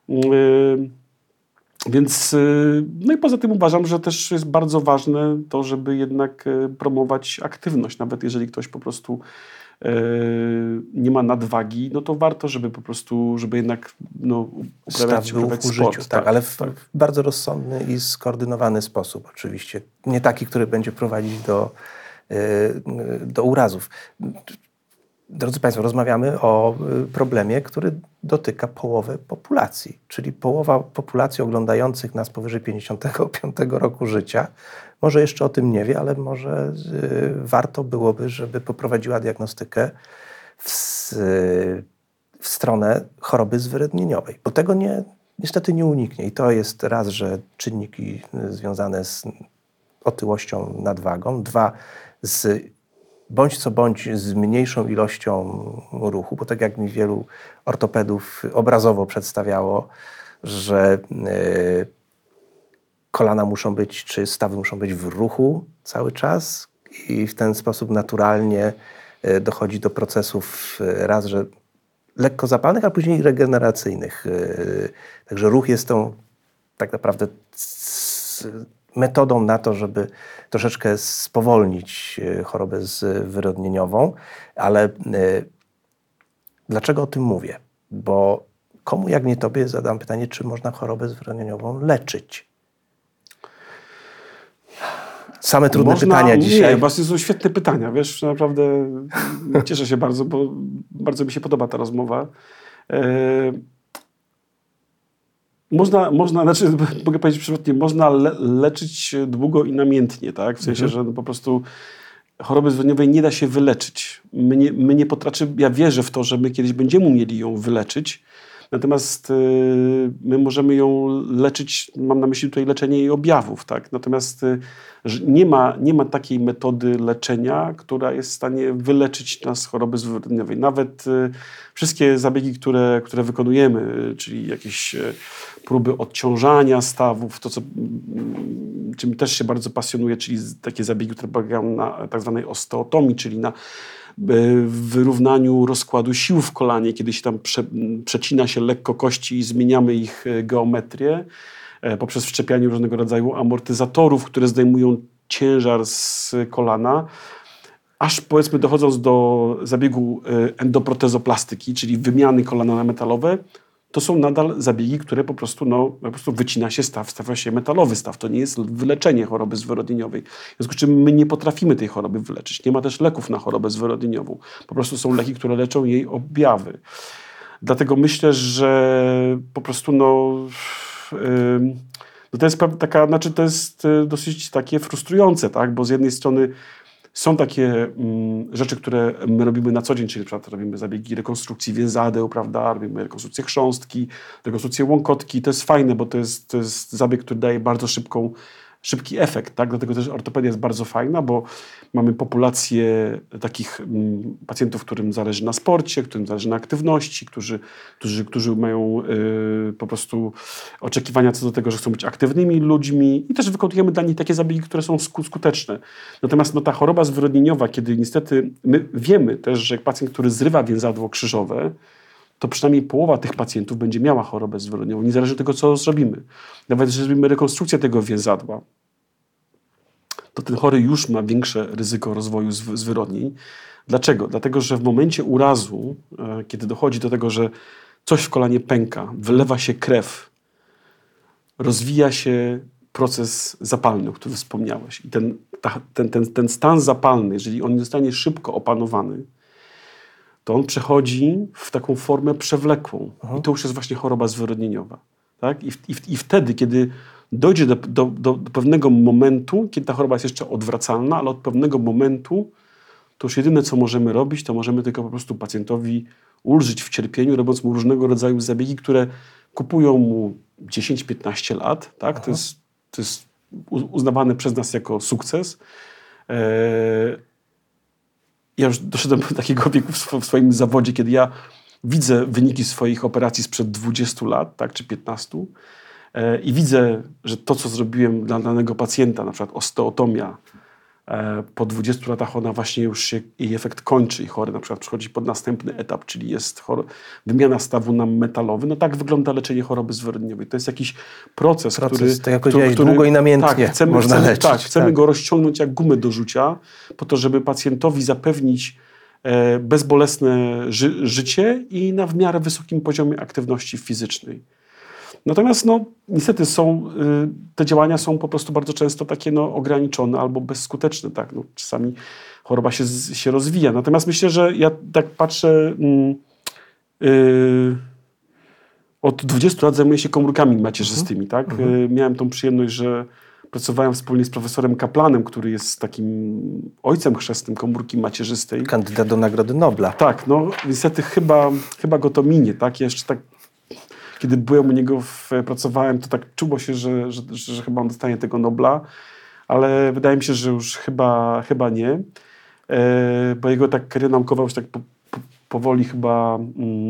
Więc, no i poza tym uważam, że też jest bardzo ważne to, żeby jednak promować aktywność, nawet jeżeli ktoś po prostu nie ma nadwagi, no to warto, żeby jednak uprawiać w użyciu, sport. tak, ale w bardzo rozsądny i skoordynowany sposób oczywiście. Nie taki, który będzie prowadzić do urazów. Drodzy Państwo, rozmawiamy o problemie, który dotyka połowę populacji, czyli połowa populacji oglądających nas powyżej 55 roku życia może jeszcze o tym nie wie, ale może warto byłoby, żeby poprowadziła diagnostykę w stronę choroby zwyrodnieniowej, bo tego niestety nie uniknie. I to jest raz, że czynniki związane z otyłością, nadwagą, dwa, bądź co bądź z mniejszą ilością ruchu, bo tak jak mi wielu ortopedów obrazowo przedstawiało, że kolana muszą być, czy stawy muszą być w ruchu cały czas i w ten sposób naturalnie dochodzi do procesów raz, że lekko zapalnych, a później regeneracyjnych. Także ruch jest tą tak naprawdę metodą na to, żeby troszeczkę spowolnić chorobę zwyrodnieniową, ale dlaczego o tym mówię? Bo komu jak nie tobie zadam pytanie, czy można chorobę zwyrodnieniową leczyć? Same trudne pytania dzisiaj. Nie, właśnie są świetne pytania, wiesz, naprawdę cieszę się bardzo, bo bardzo mi się podoba ta rozmowa. Znaczy, mogę powiedzieć przewrotnie, można leczyć długo i namiętnie, tak? W sensie, że po prostu choroby zwyrodnieniowej nie da się wyleczyć. My nie potrafimy, ja wierzę w to, że my kiedyś będziemy umieli ją wyleczyć, natomiast my możemy ją leczyć, mam na myśli tutaj leczenie jej objawów, tak? Natomiast nie ma takiej metody leczenia, która jest w stanie wyleczyć nas z choroby zwyrodnieniowej. Nawet wszystkie zabiegi, które wykonujemy, czyli jakieś próby odciążania stawów, to czym też się bardzo pasjonuję, czyli takie zabiegi, które polegają na tak zwanej osteotomii, czyli na wyrównaniu rozkładu sił w kolanie, kiedy się tam przecina się lekko kości i zmieniamy ich geometrię poprzez wszczepianie różnego rodzaju amortyzatorów, które zdejmują ciężar z kolana, aż powiedzmy dochodząc do zabiegu endoprotezoplastyki, czyli wymiany kolana na metalowe, to są nadal zabiegi, które po prostu wycina się staw, stawia się metalowy staw. To nie jest wyleczenie choroby zwyrodnieniowej. W związku z czym my nie potrafimy tej choroby wyleczyć. Nie ma też leków na chorobę zwyrodnieniową. Po prostu są leki, które leczą jej objawy. Dlatego myślę, że po prostu to jest taka, znaczy to jest dosyć takie frustrujące, tak? Bo z jednej strony są takie rzeczy, które my robimy na co dzień, czyli na przykład robimy zabiegi rekonstrukcji więzadeł, prawda? Robimy rekonstrukcję chrząstki, rekonstrukcję łąkotki. To jest fajne, bo to jest zabieg, który daje bardzo szybki efekt, tak? Dlatego też ortopedia jest bardzo fajna, bo mamy populację takich pacjentów, którym zależy na sporcie, którym zależy na aktywności, którzy mają po prostu oczekiwania co do tego, że chcą być aktywnymi ludźmi i też wykonujemy dla nich takie zabiegi, które są skuteczne. Natomiast ta choroba zwyrodnieniowa, kiedy niestety my wiemy też, że pacjent, który zrywa więzadło krzyżowe, to przynajmniej połowa tych pacjentów będzie miała chorobę zwyrodnieniową, niezależnie od tego, co zrobimy. Nawet jeżeli zrobimy rekonstrukcję tego więzadła, to ten chory już ma większe ryzyko rozwoju zwyrodnień. Dlaczego? Dlatego, że w momencie urazu, kiedy dochodzi do tego, że coś w kolanie pęka, wylewa się krew, rozwija się proces zapalny, o którym wspomniałeś. I ten stan zapalny, jeżeli on nie zostanie szybko opanowany, to on przechodzi w taką formę przewlekłą. I to już jest właśnie choroba zwyrodnieniowa. Tak? I wtedy, kiedy dojdzie do pewnego momentu, kiedy ta choroba jest jeszcze odwracalna, ale od pewnego momentu to już jedyne, co możemy robić, to możemy tylko po prostu pacjentowi ulżyć w cierpieniu, robiąc mu różnego rodzaju zabiegi, które kupują mu 10-15 lat. Tak? To jest uznawane przez nas jako sukces. Ja już doszedłem do takiego wieku w swoim zawodzie, kiedy ja widzę wyniki swoich operacji sprzed 20 lat, tak, czy 15 i widzę, że to, co zrobiłem dla danego pacjenta, na przykład osteotomia, po 20 latach ona właśnie już się, jej efekt kończy i chory na przykład przechodzi pod następny etap, czyli jest wymiana stawu na metalowy. No tak wygląda leczenie choroby zwyrodnieniowej. To jest jakiś proces, który... To jak powiedziałeś, długo i namiętnie można leczyć. Tak, chcemy go rozciągnąć jak gumę do rzucia, po to, żeby pacjentowi zapewnić bezbolesne życie i na w miarę wysokim poziomie aktywności fizycznej. Natomiast niestety te działania są po prostu bardzo często takie ograniczone albo bezskuteczne. Tak? Czasami choroba się rozwija. Natomiast myślę, że ja tak patrzę, od 20 lat zajmuję się komórkami macierzystymi. Tak? Miałem tą przyjemność, że pracowałem wspólnie z profesorem Kaplanem, który jest takim ojcem chrzestnym komórki macierzystej. Kandydat do Nagrody Nobla. Tak, niestety chyba go to minie. Tak? Ja jeszcze tak, kiedy byłem u niego, pracowałem, to tak czuło się, że chyba on dostanie tego Nobla, ale wydaje mi się, że już chyba nie, bo jego tak kariera naukowa już tak powoli chyba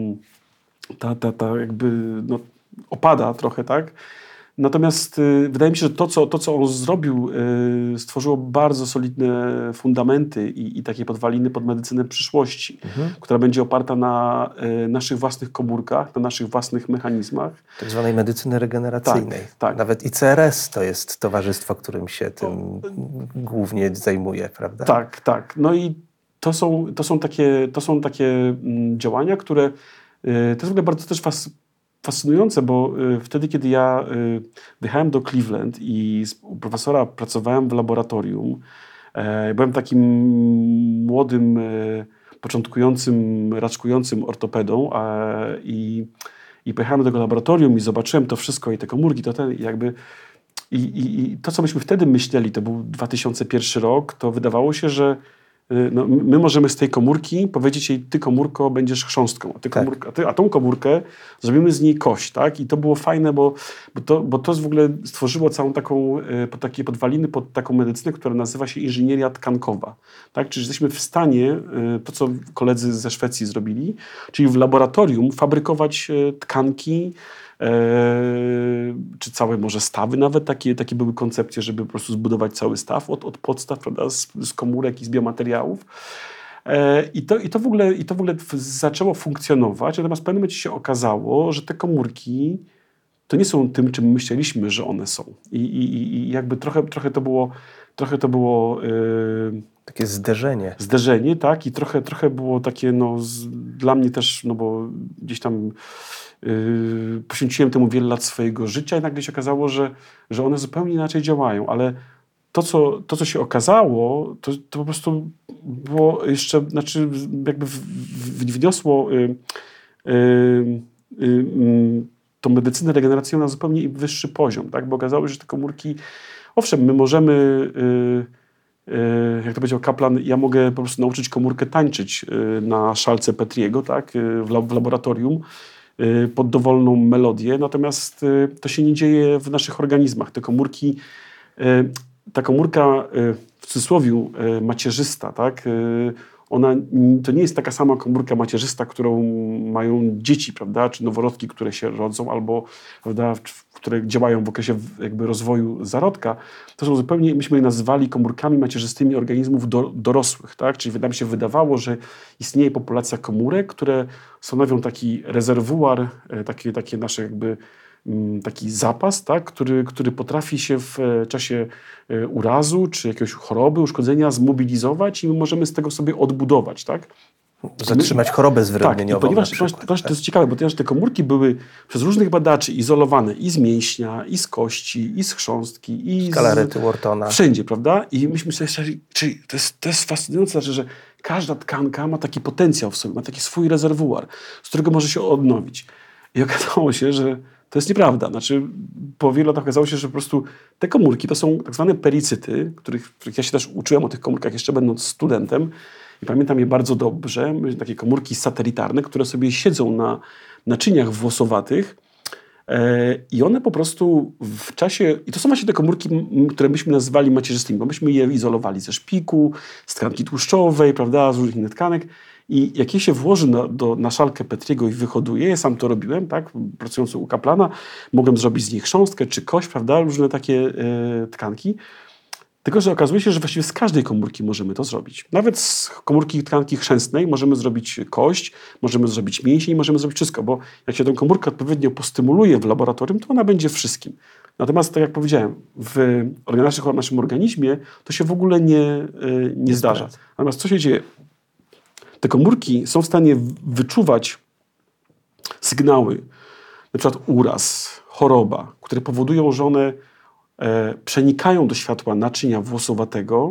jakby opada trochę, tak? Natomiast wydaje mi się, że to, co on zrobił, stworzyło bardzo solidne fundamenty i takie podwaliny pod medycynę przyszłości, która będzie oparta na naszych własnych komórkach, na naszych własnych mechanizmach. Tak zwanej medycyny regeneracyjnej. Tak. Nawet ICRS to jest towarzystwo, którym się tym głównie zajmuje, prawda? Tak. No i to są takie działania, które to jest w ogóle bardzo też fascynujące, bo wtedy, kiedy ja wyjechałem do Cleveland i u profesora pracowałem w laboratorium, byłem takim młodym, początkującym, raczkującym ortopedą i pojechałem do tego laboratorium i zobaczyłem to wszystko i te komórki, i to, co myśmy wtedy myśleli, to był 2001 rok, to wydawało się, że my możemy z tej komórki powiedzieć jej, ty komórko będziesz chrząstką, a tą komórkę zrobimy z niej kość, tak? I to było fajne, bo to w ogóle stworzyło całą takie podwaliny pod taką medycynę, która nazywa się inżynieria tkankowa, tak? Czyli jesteśmy w stanie, to co koledzy ze Szwecji zrobili, czyli w laboratorium fabrykować tkanki, czy całe może stawy nawet, takie były koncepcje, żeby po prostu zbudować cały staw od podstaw, prawda, z komórek i z biomateriałów. I to w ogóle zaczęło funkcjonować, natomiast w pewnym momencie się okazało, że te komórki to nie są tym, czym myśleliśmy, że one są. I jakby trochę to było takie zderzenie. Zderzenie, tak, i trochę było takie, dla mnie też, bo gdzieś tam poświęciłem temu wiele lat swojego życia i nagle się okazało, że one zupełnie inaczej działają, ale to co się okazało, to po prostu było jeszcze, jakby wniosło tą medycynę regeneracyjną na zupełnie wyższy poziom, tak? Bo okazało się, że te komórki, owszem, my możemy, jak to powiedział Kaplan, ja mogę po prostu nauczyć komórkę tańczyć na szalce Petriego, tak? w laboratorium, pod dowolną melodię, natomiast to się nie dzieje w naszych organizmach. Te komórki, ta komórka w cudzysłowie macierzysta, tak? To nie jest taka sama komórka macierzysta, którą mają dzieci, prawda? Czy noworodki, które się rodzą, albo, prawda, które działają w okresie jakby rozwoju zarodka. To są zupełnie, myśmy je nazywali komórkami macierzystymi organizmów dorosłych, tak? Czyli nam się wydawało, że istnieje populacja komórek, które stanowią taki rezerwuar, takie nasze jakby taki zapas, tak? który potrafi się w czasie urazu czy jakiegoś choroby, uszkodzenia zmobilizować i my możemy z tego sobie odbudować, tak? Zatrzymać chorobę Tak, i zwyrodnieniową ponieważ na przykład. to jest ciekawe, bo ponieważ te komórki były przez różnych badaczy izolowane i z mięśnia, i z kości, i z chrząstki, i z galarety Whartona. Wszędzie, prawda? I myśmy sobie myśleli, czyli to jest fascynujące, znaczy, że każda tkanka ma taki potencjał w sobie, ma taki swój rezerwuar, z którego może się odnowić. I okazało się, że to jest nieprawda. Znaczy, po wielu latach okazało się, że po prostu te komórki to są tak zwane pericyty, których ja się też uczyłem o tych komórkach jeszcze będąc studentem. I pamiętam je bardzo dobrze, takie komórki satelitarne, które sobie siedzą na naczyniach włosowatych i one po prostu w czasie, i to są właśnie te komórki, które byśmy nazywali macierzystymi, bo myśmy je izolowali ze szpiku, z tkanki tłuszczowej, prawda, z różnych innych tkanek i jak je się włoży na szalkę Petriego i wyhoduje, ja sam to robiłem, tak, pracując u Kaplana, mogłem zrobić z nich chrząstkę czy kość, prawda, różne takie tkanki. Tylko że okazuje się, że właściwie z każdej komórki możemy to zrobić. Nawet z komórki tkanki chrzęstnej możemy zrobić kość, możemy zrobić mięsień, możemy zrobić wszystko, bo jak się tę komórkę odpowiednio postymuluje w laboratorium, to ona będzie wszystkim. Natomiast, tak jak powiedziałem, w naszym organizmie to się w ogóle nie zdarza. Natomiast co się dzieje? Te komórki są w stanie wyczuwać sygnały, na przykład uraz, choroba, które powodują, że one przenikają do światła naczynia włosowatego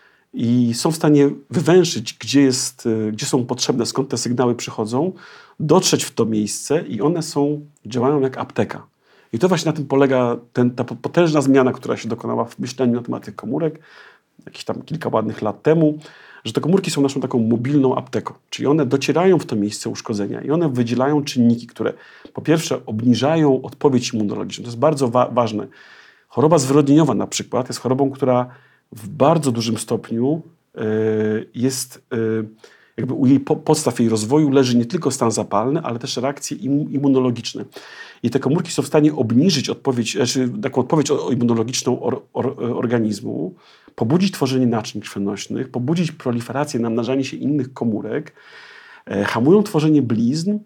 i są w stanie wywęszyć, gdzie są potrzebne, skąd te sygnały przychodzą, dotrzeć w to miejsce i one działają jak apteka. I to właśnie na tym polega ta potężna zmiana, która się dokonała w myśleniu na temat tych komórek, jakieś tam kilka ładnych lat temu, że te komórki są naszą taką mobilną apteką. Czyli one docierają w to miejsce uszkodzenia i one wydzielają czynniki, które po pierwsze obniżają odpowiedź immunologiczną. To jest bardzo ważne. Choroba zwyrodnieniowa na przykład jest chorobą, która w bardzo dużym stopniu jest, jakby u jej podstaw jej rozwoju leży nie tylko stan zapalny, ale też reakcje immunologiczne. I te komórki są w stanie obniżyć taką odpowiedź immunologiczną organizmu, pobudzić tworzenie naczyń krwionośnych, pobudzić proliferację, namnażanie się innych komórek, hamują tworzenie blizn,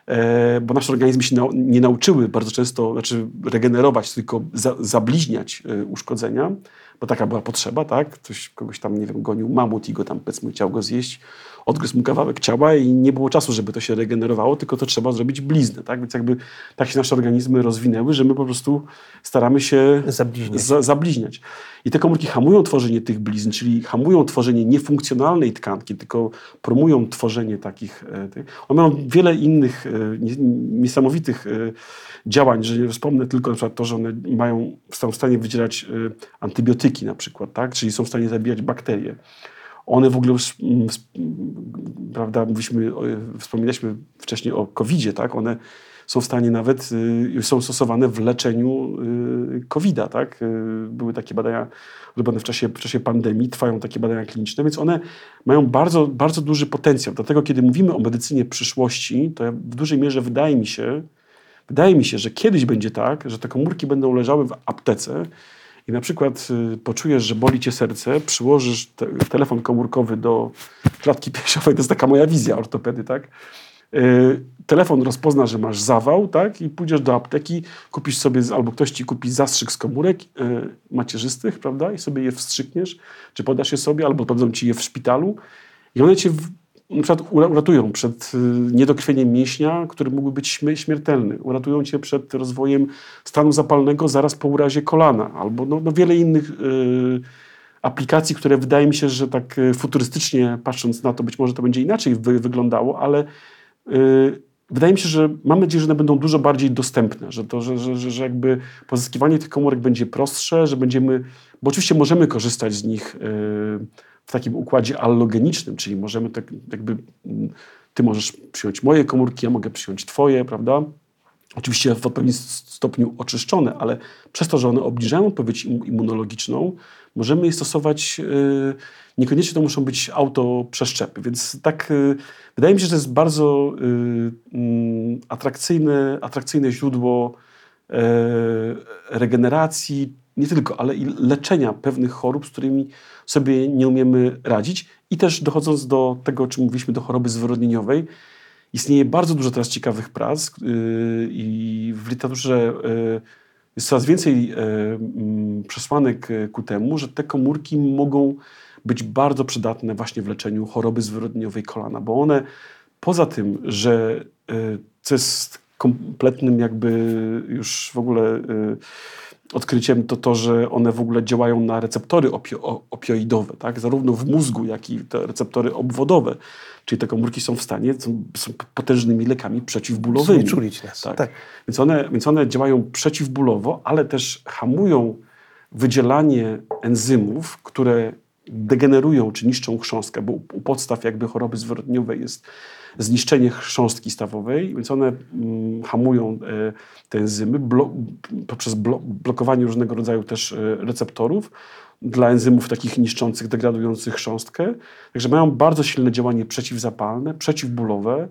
bo nasze organizmy się nie nauczyły bardzo często regenerować, tylko zabliźniać uszkodzenia, bo taka była potrzeba, tak? Ktoś kogoś tam, nie wiem, gonił mamut i go tam, powiedzmy, chciał go zjeść, odgryzł mu kawałek ciała i nie było czasu, żeby to się regenerowało, tylko to trzeba zrobić bliznę, tak? Więc jakby tak się nasze organizmy rozwinęły, że my po prostu staramy się zabliźniać. I te komórki hamują tworzenie tych blizn, czyli hamują tworzenie niefunkcjonalnej tkanki, tylko promują tworzenie takich. One mają wiele innych niesamowitych działań, że nie wspomnę tylko na przykład to, że one są w stanie wydzielać antybiotyki na przykład, tak? Czyli są w stanie zabijać bakterie. One w ogóle już, prawda, wspominaliśmy wcześniej o COVID-zie, tak? One są w stanie nawet, są stosowane w leczeniu COVID-a, tak? Były takie badania robione w czasie pandemii, trwają takie badania kliniczne, więc one mają bardzo, bardzo duży potencjał. Dlatego, kiedy mówimy o medycynie przyszłości, to w dużej mierze wydaje mi się, że kiedyś będzie tak, że te komórki będą leżały w aptece i na przykład poczujesz, że boli cię serce, przyłożysz telefon komórkowy do klatki piersiowej, to jest taka moja wizja ortopedy, tak? Telefon rozpozna, że masz zawał, tak? I pójdziesz do apteki, kupisz sobie, albo ktoś ci kupi zastrzyk z komórek macierzystych, prawda? I sobie je wstrzykniesz, czy podasz je sobie, albo podadzą ci je w szpitalu i one cię na przykład uratują przed niedokrwieniem mięśnia, który mógłby być śmiertelny. Uratują cię przed rozwojem stanu zapalnego zaraz po urazie kolana, albo wiele innych aplikacji, które wydaje mi się, że tak futurystycznie patrząc na to, być może to będzie inaczej wyglądało, ale wydaje mi się, że mam nadzieję, że one będą dużo bardziej dostępne, że jakby pozyskiwanie tych komórek będzie prostsze, że bo oczywiście możemy korzystać z nich w takim układzie allogenicznym, czyli możemy tak jakby, ty możesz przyjąć moje komórki, ja mogę przyjąć twoje, prawda? Oczywiście w odpowiednim stopniu oczyszczone, ale przez to, że one obniżają odpowiedź immunologiczną, możemy je stosować, niekoniecznie to muszą być autoprzeszczepy. Więc tak wydaje mi się, że to jest bardzo atrakcyjne źródło regeneracji, nie tylko, ale i leczenia pewnych chorób, z którymi sobie nie umiemy radzić. I też dochodząc do tego, o czym mówiliśmy, do choroby zwyrodnieniowej, istnieje bardzo dużo teraz ciekawych prac i w literaturze jest coraz więcej przesłanek ku temu, że te komórki być bardzo przydatne właśnie w leczeniu choroby zwyrodnieniowej kolana, bo one poza tym, że co jest kompletnym jakby już w ogóle odkryciem, to, że one w ogóle działają na receptory opioidowe, tak? Zarówno w mózgu, jak i te receptory obwodowe, czyli te komórki są w stanie, są potężnymi lekami przeciwbólowymi. Znieczulić nas. Tak. Więc one działają przeciwbólowo, ale też hamują wydzielanie enzymów, które degenerują czy niszczą chrząstkę, bo u podstaw jakby choroby zwyrodnieniowej jest zniszczenie chrząstki stawowej, więc one hamują te enzymy poprzez blokowanie różnego rodzaju też receptorów dla enzymów takich niszczących, degradujących chrząstkę. Także mają bardzo silne działanie przeciwzapalne, przeciwbólowe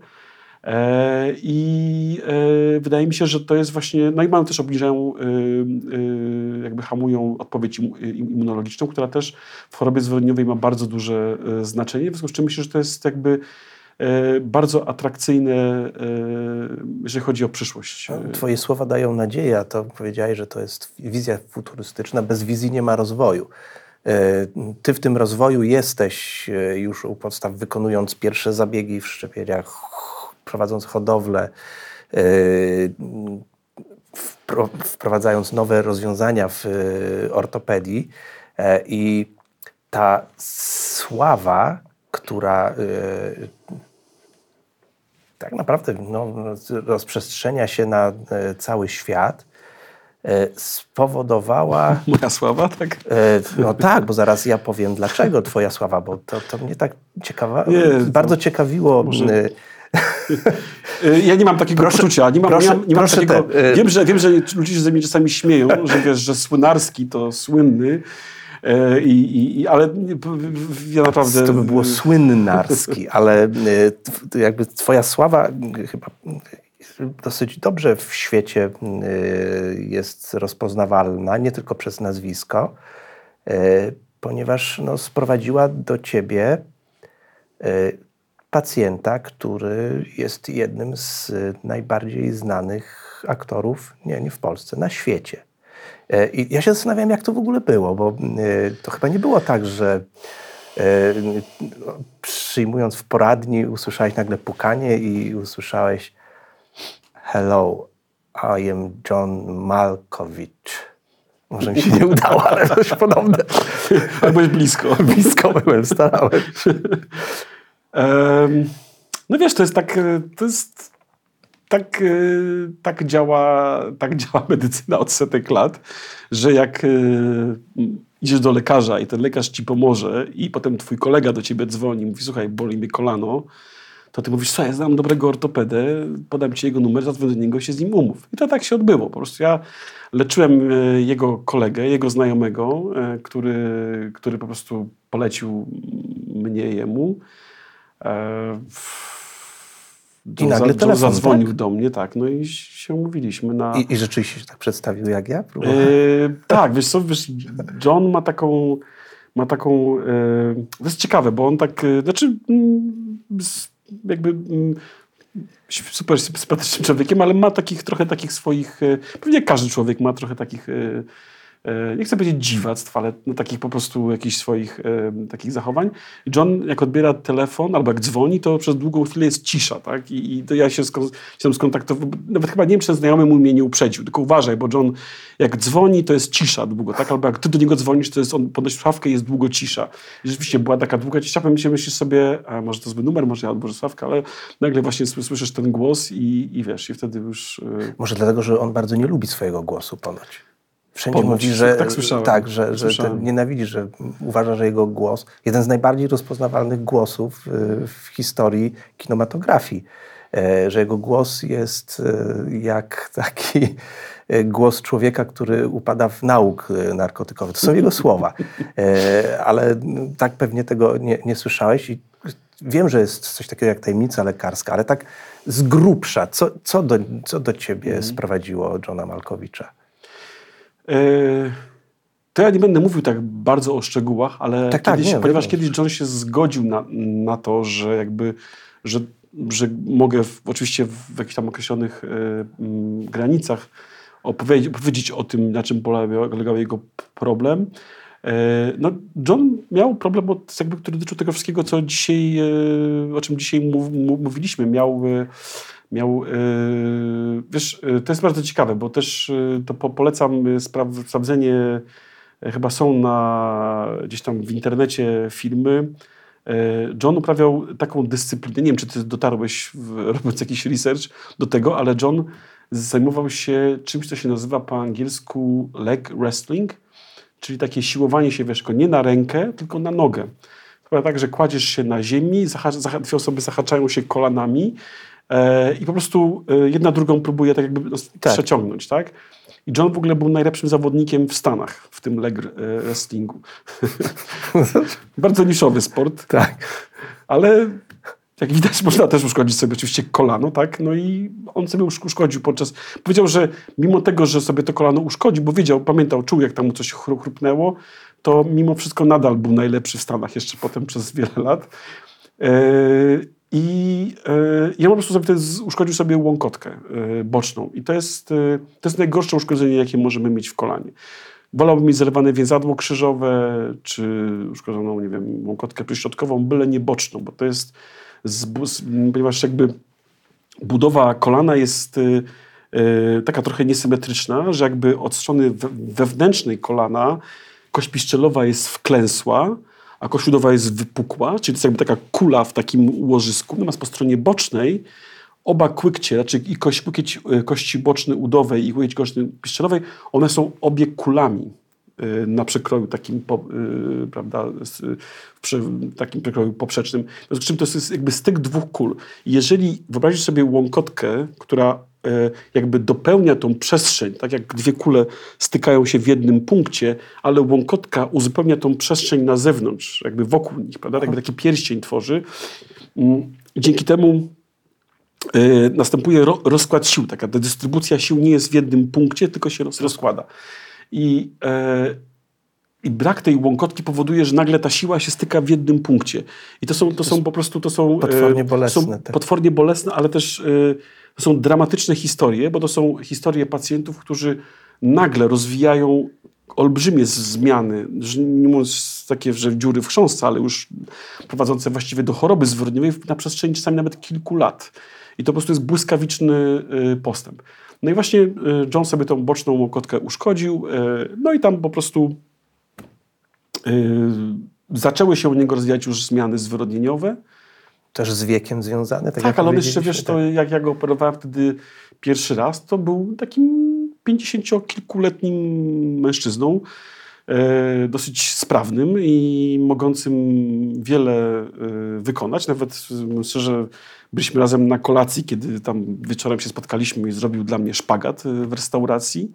i wydaje mi się, że to jest właśnie, no i mają też obniżają, jakby hamują odpowiedź immunologiczną, która też w chorobie zwyrodnieniowej ma bardzo duże znaczenie, w związku z czym myślę, że to jest jakby bardzo atrakcyjne, jeżeli chodzi o przyszłość. Twoje słowa dają nadzieję, a to powiedziałeś, że to jest wizja futurystyczna. Bez wizji nie ma rozwoju. Ty w tym rozwoju jesteś już u podstaw, wykonując pierwsze zabiegi w szczepieniach, prowadząc hodowlę, wprowadzając nowe rozwiązania w ortopedii i ta sława, która tak naprawdę rozprzestrzenia się na cały świat, spowodowała... Moja sława, tak? No tak, bo zaraz ja powiem, dlaczego twoja sława, bo to mnie tak bardzo ciekawiło. Ja nie mam takiego poczucia. Nie mam takiego, wiem, że ludzie się ze mnie czasami śmieją, że wiesz, że Słynarski to słynny, ale ja naprawdę... To by było Słynnarski, ale jakby twoja sława chyba dosyć dobrze w świecie jest rozpoznawalna, nie tylko przez nazwisko, ponieważ sprowadziła do ciebie pacjenta, który jest jednym z najbardziej znanych aktorów, nie w Polsce, na świecie. I ja się zastanawiam, jak to w ogóle było, bo to chyba nie było tak, że przyjmując w poradni usłyszałeś nagle pukanie i usłyszałeś hello, I am John Malkovich. Może mi się nie udało, ale coś podobne. Ale byłeś blisko. Blisko byłem, starałem się. No wiesz, tak działa medycyna od setek lat, że jak idziesz do lekarza i ten lekarz ci pomoże i potem twój kolega do ciebie dzwoni i mówi, słuchaj, boli mnie kolano, to ty mówisz, słuchaj, ja znam dobrego ortopedę, podam ci jego numer, zadzwoń do niego, się z nim umów. I to tak się odbyło. Po prostu ja leczyłem jego kolegę, jego znajomego, który po prostu polecił mnie jemu. I nagle telefon, zadzwonił tak? do mnie, tak, no i się umówiliśmy na... I rzeczywiście się tak przedstawił jak ja? Tak, wiesz co, John ma taką to jest ciekawe, bo on tak, jakby super sympatycznym człowiekiem, ale ma trochę takich swoich, pewnie każdy człowiek ma trochę takich, nie chcę powiedzieć dziwactw, ale takich po prostu jakichś swoich takich zachowań. I John, jak odbiera telefon, albo jak dzwoni, to przez długą chwilę jest cisza, tak? I to ja się tam skontaktował, nawet chyba nie wiem, czy ten znajomy mu mnie nie uprzedził, tylko uważaj, bo John, jak dzwoni, to jest cisza długo, tak? Albo jak ty do niego dzwonisz, to jest on podnosi słuchawkę i jest długo cisza. I rzeczywiście była taka długa cisza, pewnie myślisz sobie, a może to zły numer, może ja odbiorę słuchawkę, ale nagle właśnie słyszysz ten głos i wiesz, i wtedy już... Może dlatego, że on bardzo nie lubi swojego głosu ponoć. Wszędzie mówi, że tak słyszałem. Tak, że nienawidzi, że uważa, że jego głos, jeden z najbardziej rozpoznawalnych głosów w historii kinematografii, że jego głos jest jak taki głos człowieka, który upada w nauk narkotykowy. To są jego słowa. Ale tak pewnie tego nie słyszałeś i wiem, że jest coś takiego jak tajemnica lekarska, ale tak z grubsza, co do ciebie sprowadziło Johna Malkovicha? To ja nie będę mówił tak bardzo o szczegółach, ale ponieważ kiedyś John się zgodził na to, że jakby, że mogę oczywiście w jakichś tam określonych granicach opowiedzieć o tym, na czym polegał jego problem, No, John miał problem, który dotyczył tego wszystkiego, co dzisiaj, o czym dzisiaj mówiliśmy. Wiesz, to jest bardzo ciekawe, bo też to polecam sprawdzenie, chyba są gdzieś tam w internecie filmy. John uprawiał taką dyscyplinę, nie wiem, czy ty dotarłeś, robiąc jakiś research do tego, ale John zajmował się czymś, co się nazywa po angielsku leg wrestling, czyli takie siłowanie się, wiesz, nie na rękę, tylko na nogę. To tak, że kładziesz się na ziemi, dwie osoby zahaczają się kolanami i po prostu jedna drugą próbuje tak jakby przeciągnąć, tak? I John w ogóle był najlepszym zawodnikiem w Stanach w tym leg wrestlingu. Bardzo niszowy sport. Tak. Ale jak widać, można też uszkodzić sobie oczywiście kolano, tak? No i on sobie uszkodził powiedział, że mimo tego, że sobie to kolano uszkodził, bo pamiętał, czuł, jak tam mu coś chrupnęło, to mimo wszystko nadal był najlepszy w Stanach jeszcze potem przez wiele lat. I ja po prostu uszkodził sobie łąkotkę boczną. I to jest najgorsze uszkodzenie, jakie możemy mieć w kolanie. Wolałbym mieć zerwane więzadło krzyżowe, czy uszkodzoną, nie wiem, łąkotkę przyśrodkową, byle nie boczną, bo to jest, ponieważ jakby budowa kolana jest taka trochę niesymetryczna, że jakby od strony wewnętrznej kolana kość piszczelowa jest wklęsła, a kość udowa jest wypukła, czyli to jest jakby taka kula w takim łożysku. Natomiast po stronie bocznej oba kłykcie, znaczy i łykieć kości bocznej udowej i łykieć kości piszczelowej, one są obie kulami na przekroju takim, prawda, w takim przekroju poprzecznym. W związku z czym to jest jakby styk dwóch kul. Jeżeli wyobrazisz sobie łąkotkę, która jakby dopełnia tą przestrzeń, tak jak dwie kule stykają się w jednym punkcie, ale łąkotka uzupełnia tą przestrzeń na zewnątrz, jakby wokół nich, prawda? Jakby taki pierścień tworzy. Dzięki temu następuje rozkład sił. Taka dystrybucja sił nie jest w jednym punkcie, tylko się rozkłada. I brak tej łąkotki powoduje, że nagle ta siła się styka w jednym punkcie. I to są po prostu potwornie bolesne. Są potwornie bolesne, ale też to są dramatyczne historie, bo to są historie pacjentów, którzy nagle rozwijają olbrzymie zmiany, nie mówiąc takie, że dziury w chrząstce, ale już prowadzące właściwie do choroby zwyrodnieniowej na przestrzeni czasami nawet kilku lat. I to po prostu jest błyskawiczny postęp. No i właśnie John sobie tą boczną łąkotkę uszkodził, no i tam po prostu zaczęły się u niego rozwijać już zmiany zwyrodnieniowe. Też z wiekiem związane? Tak, ale on jeszcze, wiesz, to jak ja go operowałem wtedy pierwszy raz, to był takim 50-kilkuletnim mężczyzną, dosyć sprawnym i mogącym wiele wykonać. Nawet szczerze, byliśmy razem na kolacji, kiedy tam wieczorem się spotkaliśmy i zrobił dla mnie szpagat w restauracji.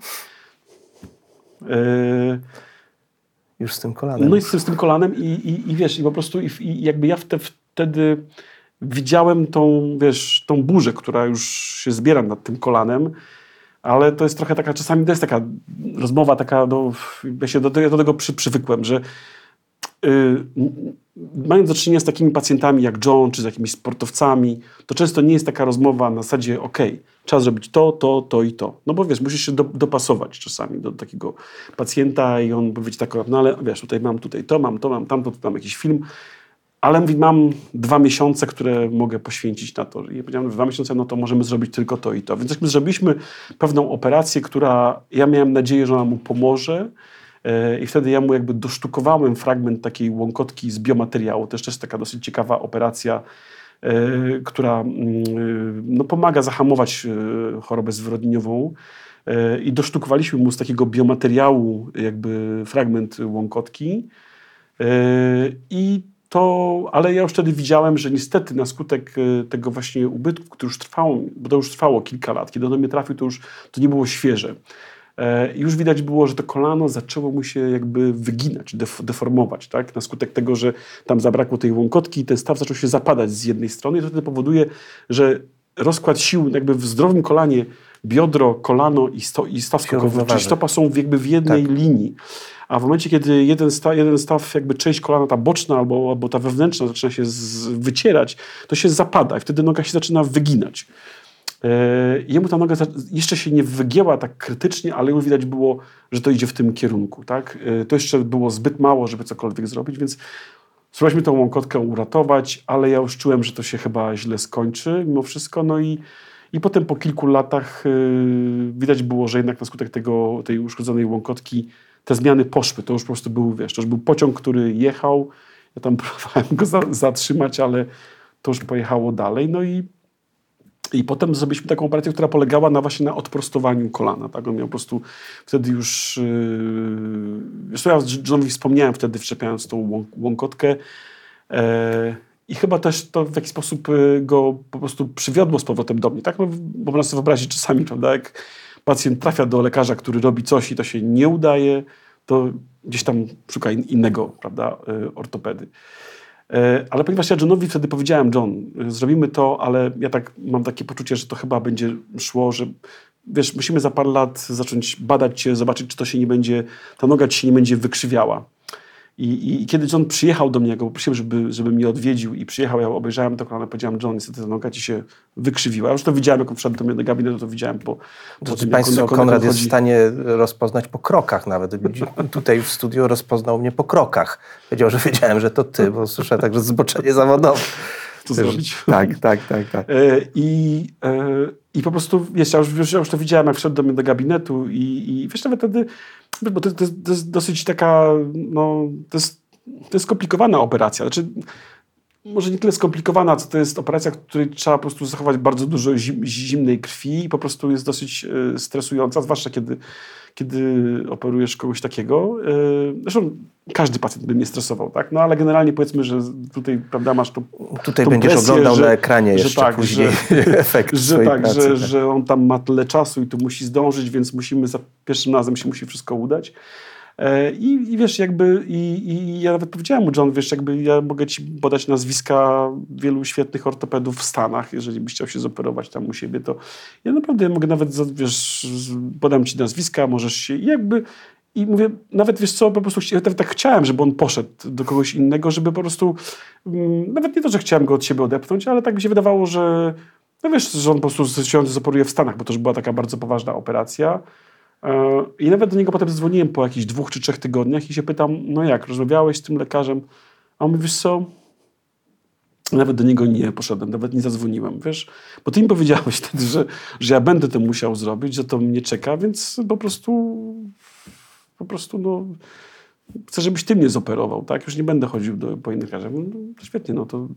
Już z tym kolanem. No i z tym kolanem i wiesz, i po prostu i jakby ja wtedy widziałem tą burzę, która już się zbiera nad tym kolanem, ale to jest trochę taka, czasami to jest taka rozmowa taka, no, ja się do tego przywykłem, że mając do czynienia z takimi pacjentami jak John, czy z jakimiś sportowcami, to często nie jest taka rozmowa na zasadzie trzeba zrobić to i to. No bo wiesz, musisz się dopasować czasami do takiego pacjenta i on powiedzieć tak, no ale wiesz, tutaj mam to, mam tamto, tu mam jakiś film, ale mam 2 miesiące, które mogę poświęcić na to. I ja powiedziałem, 2 miesiące, no to możemy zrobić tylko to i to. Więc zrobiliśmy pewną operację, która ja miałem nadzieję, że ona mu pomoże. I wtedy ja mu jakby dosztukowałem fragment takiej łąkotki z biomateriału. Też taka dosyć ciekawa operacja, która no, pomaga zahamować chorobę zwyrodnieniową. I dosztukowaliśmy mu z takiego biomateriału jakby fragment łąkotki. Ale ja już wtedy widziałem, że niestety na skutek tego właśnie ubytku, który już trwało, bo to już trwało kilka lat, kiedy on do mnie trafił, to nie było świeże. I już widać było, że to kolano zaczęło mu się jakby wyginać, deformować, tak? Na skutek tego, że tam zabrakło tej łąkotki i ten staw zaczął się zapadać z jednej strony i to wtedy powoduje, że rozkład sił jakby w zdrowym kolanie, biodro, kolano i staw skokowy, czyli stopa są jakby w jednej linii. A w momencie, kiedy jeden staw, jakby część kolana, ta boczna albo ta wewnętrzna zaczyna się wycierać, to się zapada i wtedy noga się zaczyna wyginać. Jemu ta noga jeszcze się nie wygięła tak krytycznie, ale już widać było, że to idzie w tym kierunku. Tak? To jeszcze było zbyt mało, żeby cokolwiek zrobić, więc spróbowaliśmy tą łąkotkę uratować, ale ja już czułem, że to się chyba źle skończy mimo wszystko. No i potem po kilku latach widać było, że jednak na skutek tej uszkodzonej łąkotki te zmiany poszły. To już po prostu był, wiesz, to już był pociąg, który jechał. Ja tam próbowałem go zatrzymać, ale to już pojechało dalej. No i potem zrobiliśmy taką operację, która polegała właśnie na odprostowaniu kolana. Tak? On miał po prostu wtedy już... Zresztą ja Johnowi wspomniałem wtedy, wszczepiając tą łąkotkę. I chyba też to w jakiś sposób go po prostu przywiodło z powrotem do mnie. Tak? No, bo można sobie wyobrazić czasami, prawda, jak pacjent trafia do lekarza, który robi coś i to się nie udaje, to gdzieś tam szuka innego, prawda, ortopedy. Ale ponieważ ja Johnowi wtedy powiedziałem, John, zrobimy to, ale ja tak mam takie poczucie, że to chyba będzie szło, że wiesz, musimy za parę lat zacząć badać cię, zobaczyć, czy to się nie będzie, ta noga ci się nie będzie wykrzywiała. I kiedy John przyjechał do mnie, go poprosiłem, żeby mnie odwiedził i przyjechał, ja obejrzałem to kolano, powiedziałem, John, niestety ta noga ci się wykrzywiła. Ja już to widziałem, jak on wszedł do mnie do gabinetu, to widziałem po tym, Państwo, Konrad jest w stanie rozpoznać po krokach nawet. Tutaj w studiu rozpoznał mnie po krokach. Powiedział, że wiedziałem, że to ty, bo słyszę także zboczenie zawodowe. Co zrobić? Tak. I po prostu, wiesz, ja już to widziałem, jak wszedł do mnie do gabinetu i wiesz, nawet wtedy, bo to jest dosyć taka, no, to jest skomplikowana operacja. Znaczy, może nie tyle skomplikowana, co to jest operacja, w której trzeba po prostu zachować bardzo dużo zimnej krwi i po prostu jest dosyć stresująca, zwłaszcza kiedy operujesz kogoś takiego. Zresztą każdy pacjent by mnie stresował, tak? No ale generalnie powiedzmy, że tutaj, prawda, masz to. Tutaj będziesz presję, oglądał na ekranie jeszcze tak, później efekt pracy, że on tam ma tyle czasu i tu musi zdążyć, więc musimy za pierwszym razem się musi wszystko udać. I wiesz, jakby ja nawet powiedziałem mu, John, wiesz, jakby ja mogę ci podać nazwiska wielu świetnych ortopedów w Stanach, jeżeli byś chciał się zoperować tam u siebie, to ja naprawdę mogę nawet, wiesz, podam ci nazwiska, możesz się i mówię, nawet wiesz co, po prostu tak chciałem, żeby on poszedł do kogoś innego, żeby po prostu, nawet nie to, że chciałem go od siebie odepchnąć, ale tak mi się wydawało, że no wiesz, że on po prostu się zoperuje w Stanach, bo to już była taka bardzo poważna operacja. I nawet do niego potem zadzwoniłem po jakichś 2 czy 3 tygodniach i się pytam, no jak, rozmawiałeś z tym lekarzem? A on mówi, wiesz co, nawet do niego nie poszedłem, nawet nie zadzwoniłem, wiesz, bo ty mi powiedziałeś wtedy, że ja będę to musiał zrobić, że to mnie czeka, więc po prostu no, chcę, żebyś ty mnie zoperował, tak? Już nie będę chodził po innych lekarzach. No, to świetnie, no to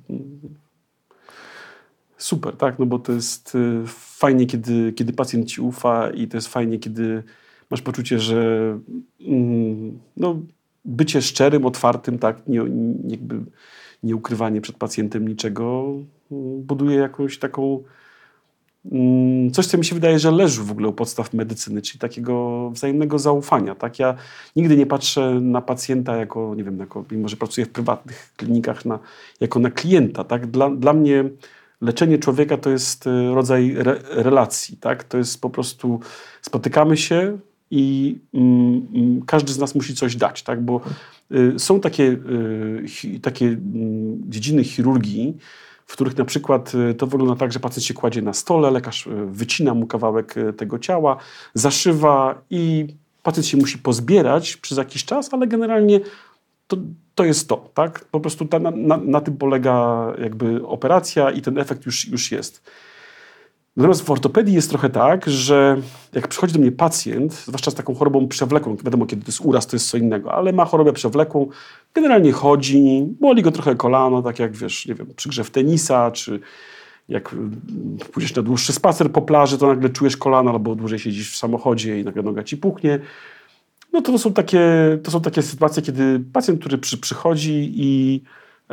super, tak? No bo to jest fajnie, kiedy pacjent ci ufa i to jest fajnie, kiedy masz poczucie, że no, bycie szczerym, otwartym, tak? Jakby nie ukrywanie przed pacjentem niczego buduje jakąś taką coś, co mi się wydaje, że leży w ogóle u podstaw medycyny, czyli takiego wzajemnego zaufania. Tak? Ja nigdy nie patrzę na pacjenta jako, nie wiem, mimo że pracuję w prywatnych klinikach, jako na klienta. Tak? Dla mnie leczenie człowieka to jest rodzaj relacji. Tak? To jest po prostu spotykamy się i każdy z nas musi coś dać. Tak? Bo są takie dziedziny chirurgii, w których na przykład to wygląda tak, że pacjent się kładzie na stole, lekarz wycina mu kawałek tego ciała, zaszywa i pacjent się musi pozbierać przez jakiś czas, ale generalnie to jest to, tak? Po prostu na tym polega jakby operacja i ten efekt już jest. Natomiast w ortopedii jest trochę tak, że jak przychodzi do mnie pacjent, zwłaszcza z taką chorobą przewlekłą, wiadomo, kiedy to jest uraz, to jest co innego, ale ma chorobę przewlekłą, generalnie chodzi, boli go trochę kolano, tak jak wiesz, nie wiem, przy grze w tenisa, czy jak pójdziesz na dłuższy spacer po plaży, to nagle czujesz kolano, albo dłużej siedzisz w samochodzie i nagle noga ci puchnie. No to są takie sytuacje, kiedy pacjent, który przychodzi i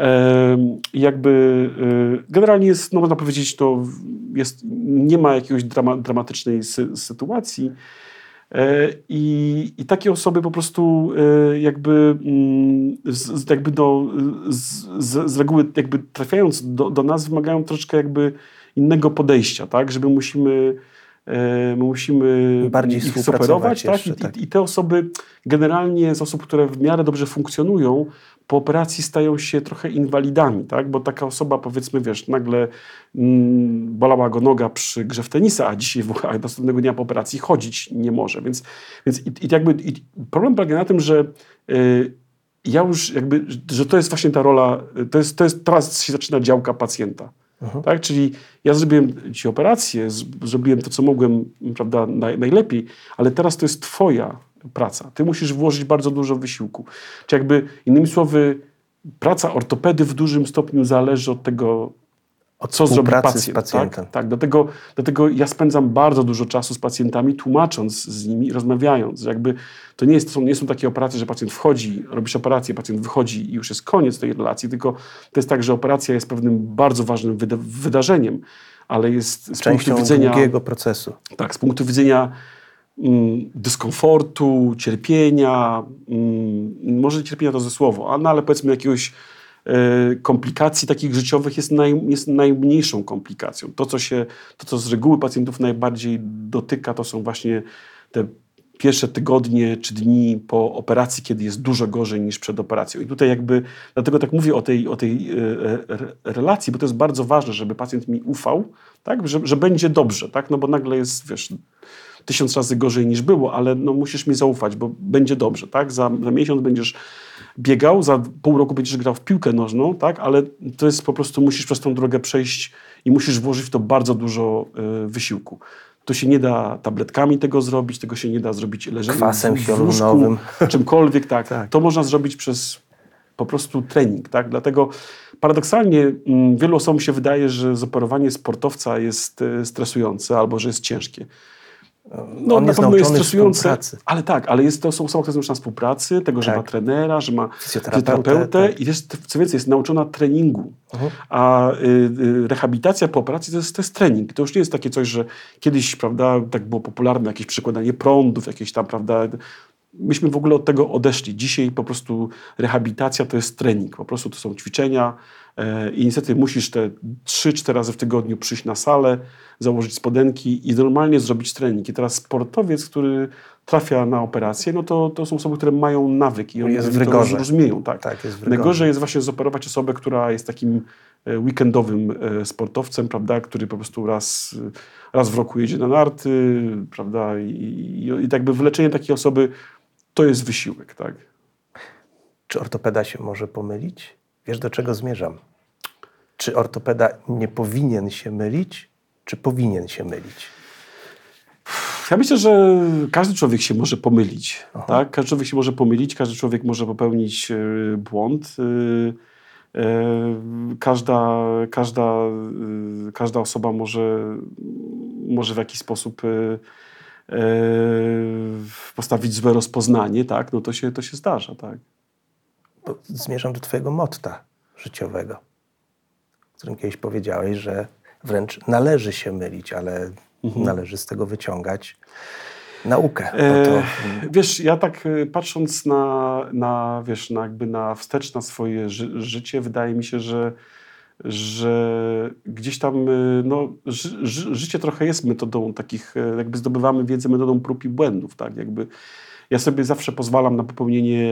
jakby generalnie jest, no można powiedzieć, to jest, nie ma jakiegoś dramatycznej sytuacji i takie osoby po prostu jakby z reguły jakby trafiając do nas wymagają troszeczkę jakby innego podejścia, tak, żeby musimy my musimy bardziej ich współpracować soperować, tak? jeszcze, tak. I te osoby generalnie z osób, które w miarę dobrze funkcjonują, po operacji stają się trochę inwalidami, tak? Bo taka osoba, powiedzmy, wiesz, nagle bolała go noga przy grze w tenisa, a dzisiaj a następnego dnia po operacji chodzić nie może. Więc problem polega na tym, że ja już jakby, że to jest właśnie ta rola, teraz się zaczyna działka pacjenta. Tak? Czyli ja zrobiłem ci operację, zrobiłem to, co mogłem, prawda, najlepiej, ale teraz to jest twoja praca. Ty musisz włożyć bardzo dużo wysiłku. Czy jakby, innymi słowy, praca ortopedy w dużym stopniu zależy od tego, co zrobi pacjent. Z pacjentem. Tak. Dlatego ja spędzam bardzo dużo czasu z pacjentami, tłumacząc z nimi, rozmawiając. Jakby to nie są takie operacje, że pacjent wchodzi, robisz operację, pacjent wychodzi i już jest koniec tej relacji, tylko to jest tak, że operacja jest pewnym bardzo ważnym wydarzeniem, ale jest z punktu widzenia długiego procesu. Tak, z punktu widzenia dyskomfortu, cierpienia, może cierpienia to ze słowo, ale powiedzmy jakiegoś komplikacji takich życiowych jest najmniejszą komplikacją. To, co z reguły pacjentów najbardziej dotyka, to są właśnie te pierwsze tygodnie czy dni po operacji, kiedy jest dużo gorzej niż przed operacją. I tutaj jakby, dlatego tak mówię o tej relacji, bo to jest bardzo ważne, żeby pacjent mi ufał, tak? Że będzie dobrze, tak? No bo nagle jest, wiesz, 1000 razy gorzej niż było, ale no musisz mi zaufać, bo będzie dobrze, tak? Za miesiąc będziesz biegał, za pół roku będziesz grał w piłkę nożną, tak? Ale to jest po prostu, musisz przez tą drogę przejść i musisz włożyć w to bardzo dużo wysiłku. To się nie da tabletkami tego zrobić, tego się nie da zrobić leżeniem kwasem w łóżku, hialuronowym, czymkolwiek, tak. Tak. To można zrobić przez po prostu trening, tak? Dlatego paradoksalnie wielu osobom się wydaje, że zoperowanie sportowca jest stresujące albo że jest ciężkie. On na jest pewno jest nauczony stresujące, współpracy. ale to są osoba, która jest nauczona współpracy, tego, że Tak. ma trenera, że ma Fizjoterapeutę, fizjoterapeutę tak. i też, co więcej, jest nauczona treningu. A rehabilitacja po operacji to jest trening. To już nie jest takie coś, że kiedyś, prawda, tak było popularne, jakieś przekładanie prądów, jakieś tam, prawda. Myśmy w ogóle od tego odeszli. Dzisiaj po prostu rehabilitacja to jest trening. Po prostu to są ćwiczenia i niestety musisz te 3-4 razy w tygodniu przyjść na salę, założyć spodenki i normalnie zrobić trening. I teraz sportowiec, który trafia na operację, no to są osoby, które mają nawyk i Jest w to rygorze. rozumieją. Tak. Tak, jest w rygorze. Najgorzej jest właśnie zoperować osobę, która jest takim weekendowym sportowcem, prawda, który po prostu raz w roku jedzie na narty, prawda, i jakby wyleczenie takiej osoby to jest wysiłek, tak. Czy ortopeda się może pomylić? Wiesz, do czego zmierzam? Czy ortopeda nie powinien się mylić, czy powinien się mylić? Ja myślę, że każdy człowiek się może pomylić. Tak? Każdy człowiek się może pomylić, każdy człowiek może popełnić błąd. Każda osoba może w jakiś sposób postawić złe rozpoznanie, tak? No to się zdarza, tak. Bo zmierzam do twojego motta życiowego, w którym kiedyś powiedziałeś, że wręcz należy się mylić, ale należy z tego wyciągać naukę. Wiesz, ja tak patrząc na wstecz na swoje życie, wydaje mi się, że gdzieś tam życie trochę jest metodą takich, jakby zdobywamy wiedzę metodą prób i błędów, tak? Jakby ja sobie zawsze pozwalam na popełnienie,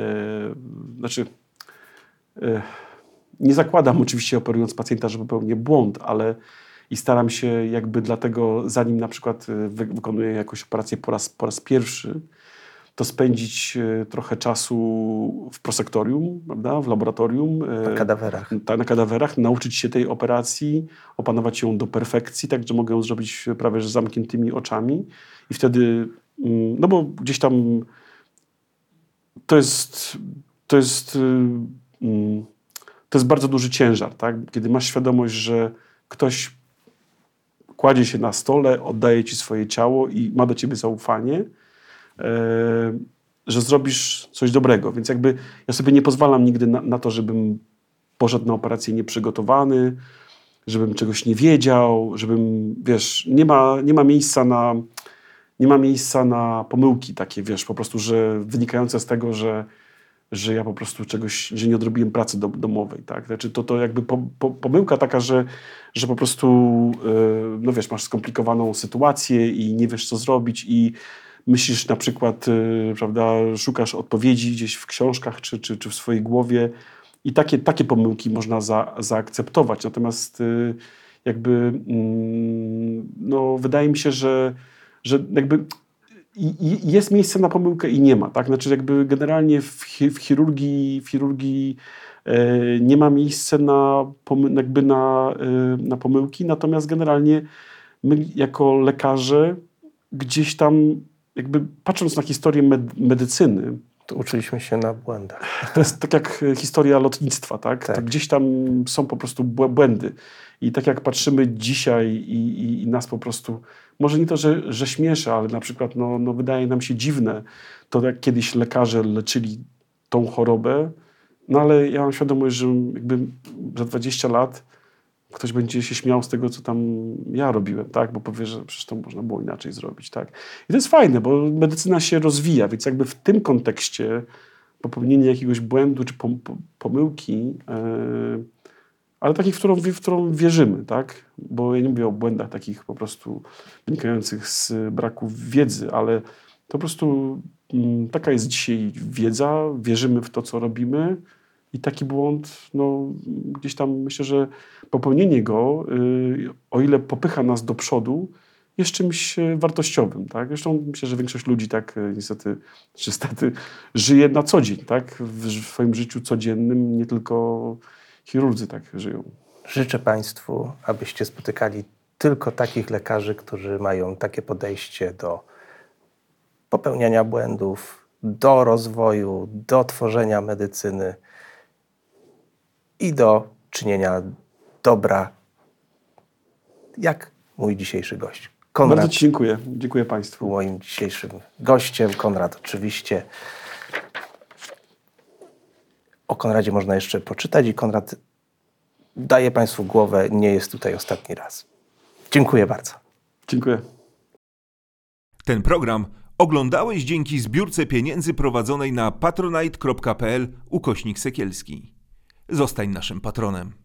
nie zakładam oczywiście operując pacjenta, że popełnię błąd, ale i staram się jakby dlatego, zanim na przykład wykonuję jakąś operację po raz pierwszy, to spędzić trochę czasu w prosektorium, prawda, w laboratorium. Na kadawerach. Na kadawerach, nauczyć się tej operacji, opanować ją do perfekcji, tak, że mogę ją zrobić prawie że z zamkniętymi oczami. I wtedy, no bo gdzieś tam to jest bardzo duży ciężar, tak? Kiedy masz świadomość, że ktoś kładzie się na stole, oddaje ci swoje ciało i ma do ciebie zaufanie, że zrobisz coś dobrego. Więc jakby ja sobie nie pozwalam nigdy na to, żebym poszedł na operację nieprzygotowany, żebym czegoś nie wiedział, żebym, wiesz, nie ma miejsca na pomyłki takie, wiesz, po prostu, że wynikające z tego, że że ja po prostu że nie odrobiłem pracy domowej, tak? Znaczy to jakby pomyłka taka, że po prostu, no wiesz, masz skomplikowaną sytuację i nie wiesz, co zrobić i myślisz na przykład, prawda, szukasz odpowiedzi gdzieś w książkach czy w swojej głowie i takie pomyłki można zaakceptować. Natomiast jakby, no wydaje mi się, że jakby jest miejsce na pomyłkę i nie ma, tak? Znaczy jakby generalnie w chirurgii nie ma miejsca na pomyłki, natomiast generalnie my jako lekarze gdzieś tam jakby patrząc na historię medycyny, To uczyliśmy się na błędach. to jest tak jak historia lotnictwa, tak? Tak. To gdzieś tam są po prostu błędy. I tak jak patrzymy dzisiaj i nas po prostu, może nie to, że śmieszy, ale na przykład no wydaje nam się dziwne, to jak kiedyś lekarze leczyli tą chorobę, no ale ja mam świadomość, że jakby za 20 lat ktoś będzie się śmiał z tego, co tam ja robiłem, tak? Bo powie, że przecież to można było inaczej zrobić, tak? I to jest fajne, bo medycyna się rozwija, więc jakby w tym kontekście popełnienie jakiegoś błędu czy pomyłki, ale takiej, w którą wierzymy, tak? Bo ja nie mówię o błędach takich po prostu wynikających z braku wiedzy, ale to po prostu taka jest dzisiaj wiedza, wierzymy w to, co robimy i taki błąd, no gdzieś tam myślę, że popełnienie go, o ile popycha nas do przodu, jest czymś wartościowym, tak? Zresztą myślę, że większość ludzi tak niestety, czy stety żyje na co dzień, tak? W swoim życiu codziennym, nie tylko chirurdzy tak żyją. Życzę Państwu, abyście spotykali tylko takich lekarzy, którzy mają takie podejście do popełniania błędów, do rozwoju, do tworzenia medycyny i do czynienia dobra, jak mój dzisiejszy gość. Konrad Bardzo Ci dziękuję. Dziękuję Państwu. był moim dzisiejszym gościem. Konrad oczywiście. O Konradzie można jeszcze poczytać i Konrad daje Państwu głowę. Nie jest tutaj ostatni raz. Dziękuję bardzo. Dziękuję. Ten program oglądałeś dzięki zbiórce pieniędzy prowadzonej na patronite.pl/Sekielski. Zostań naszym patronem.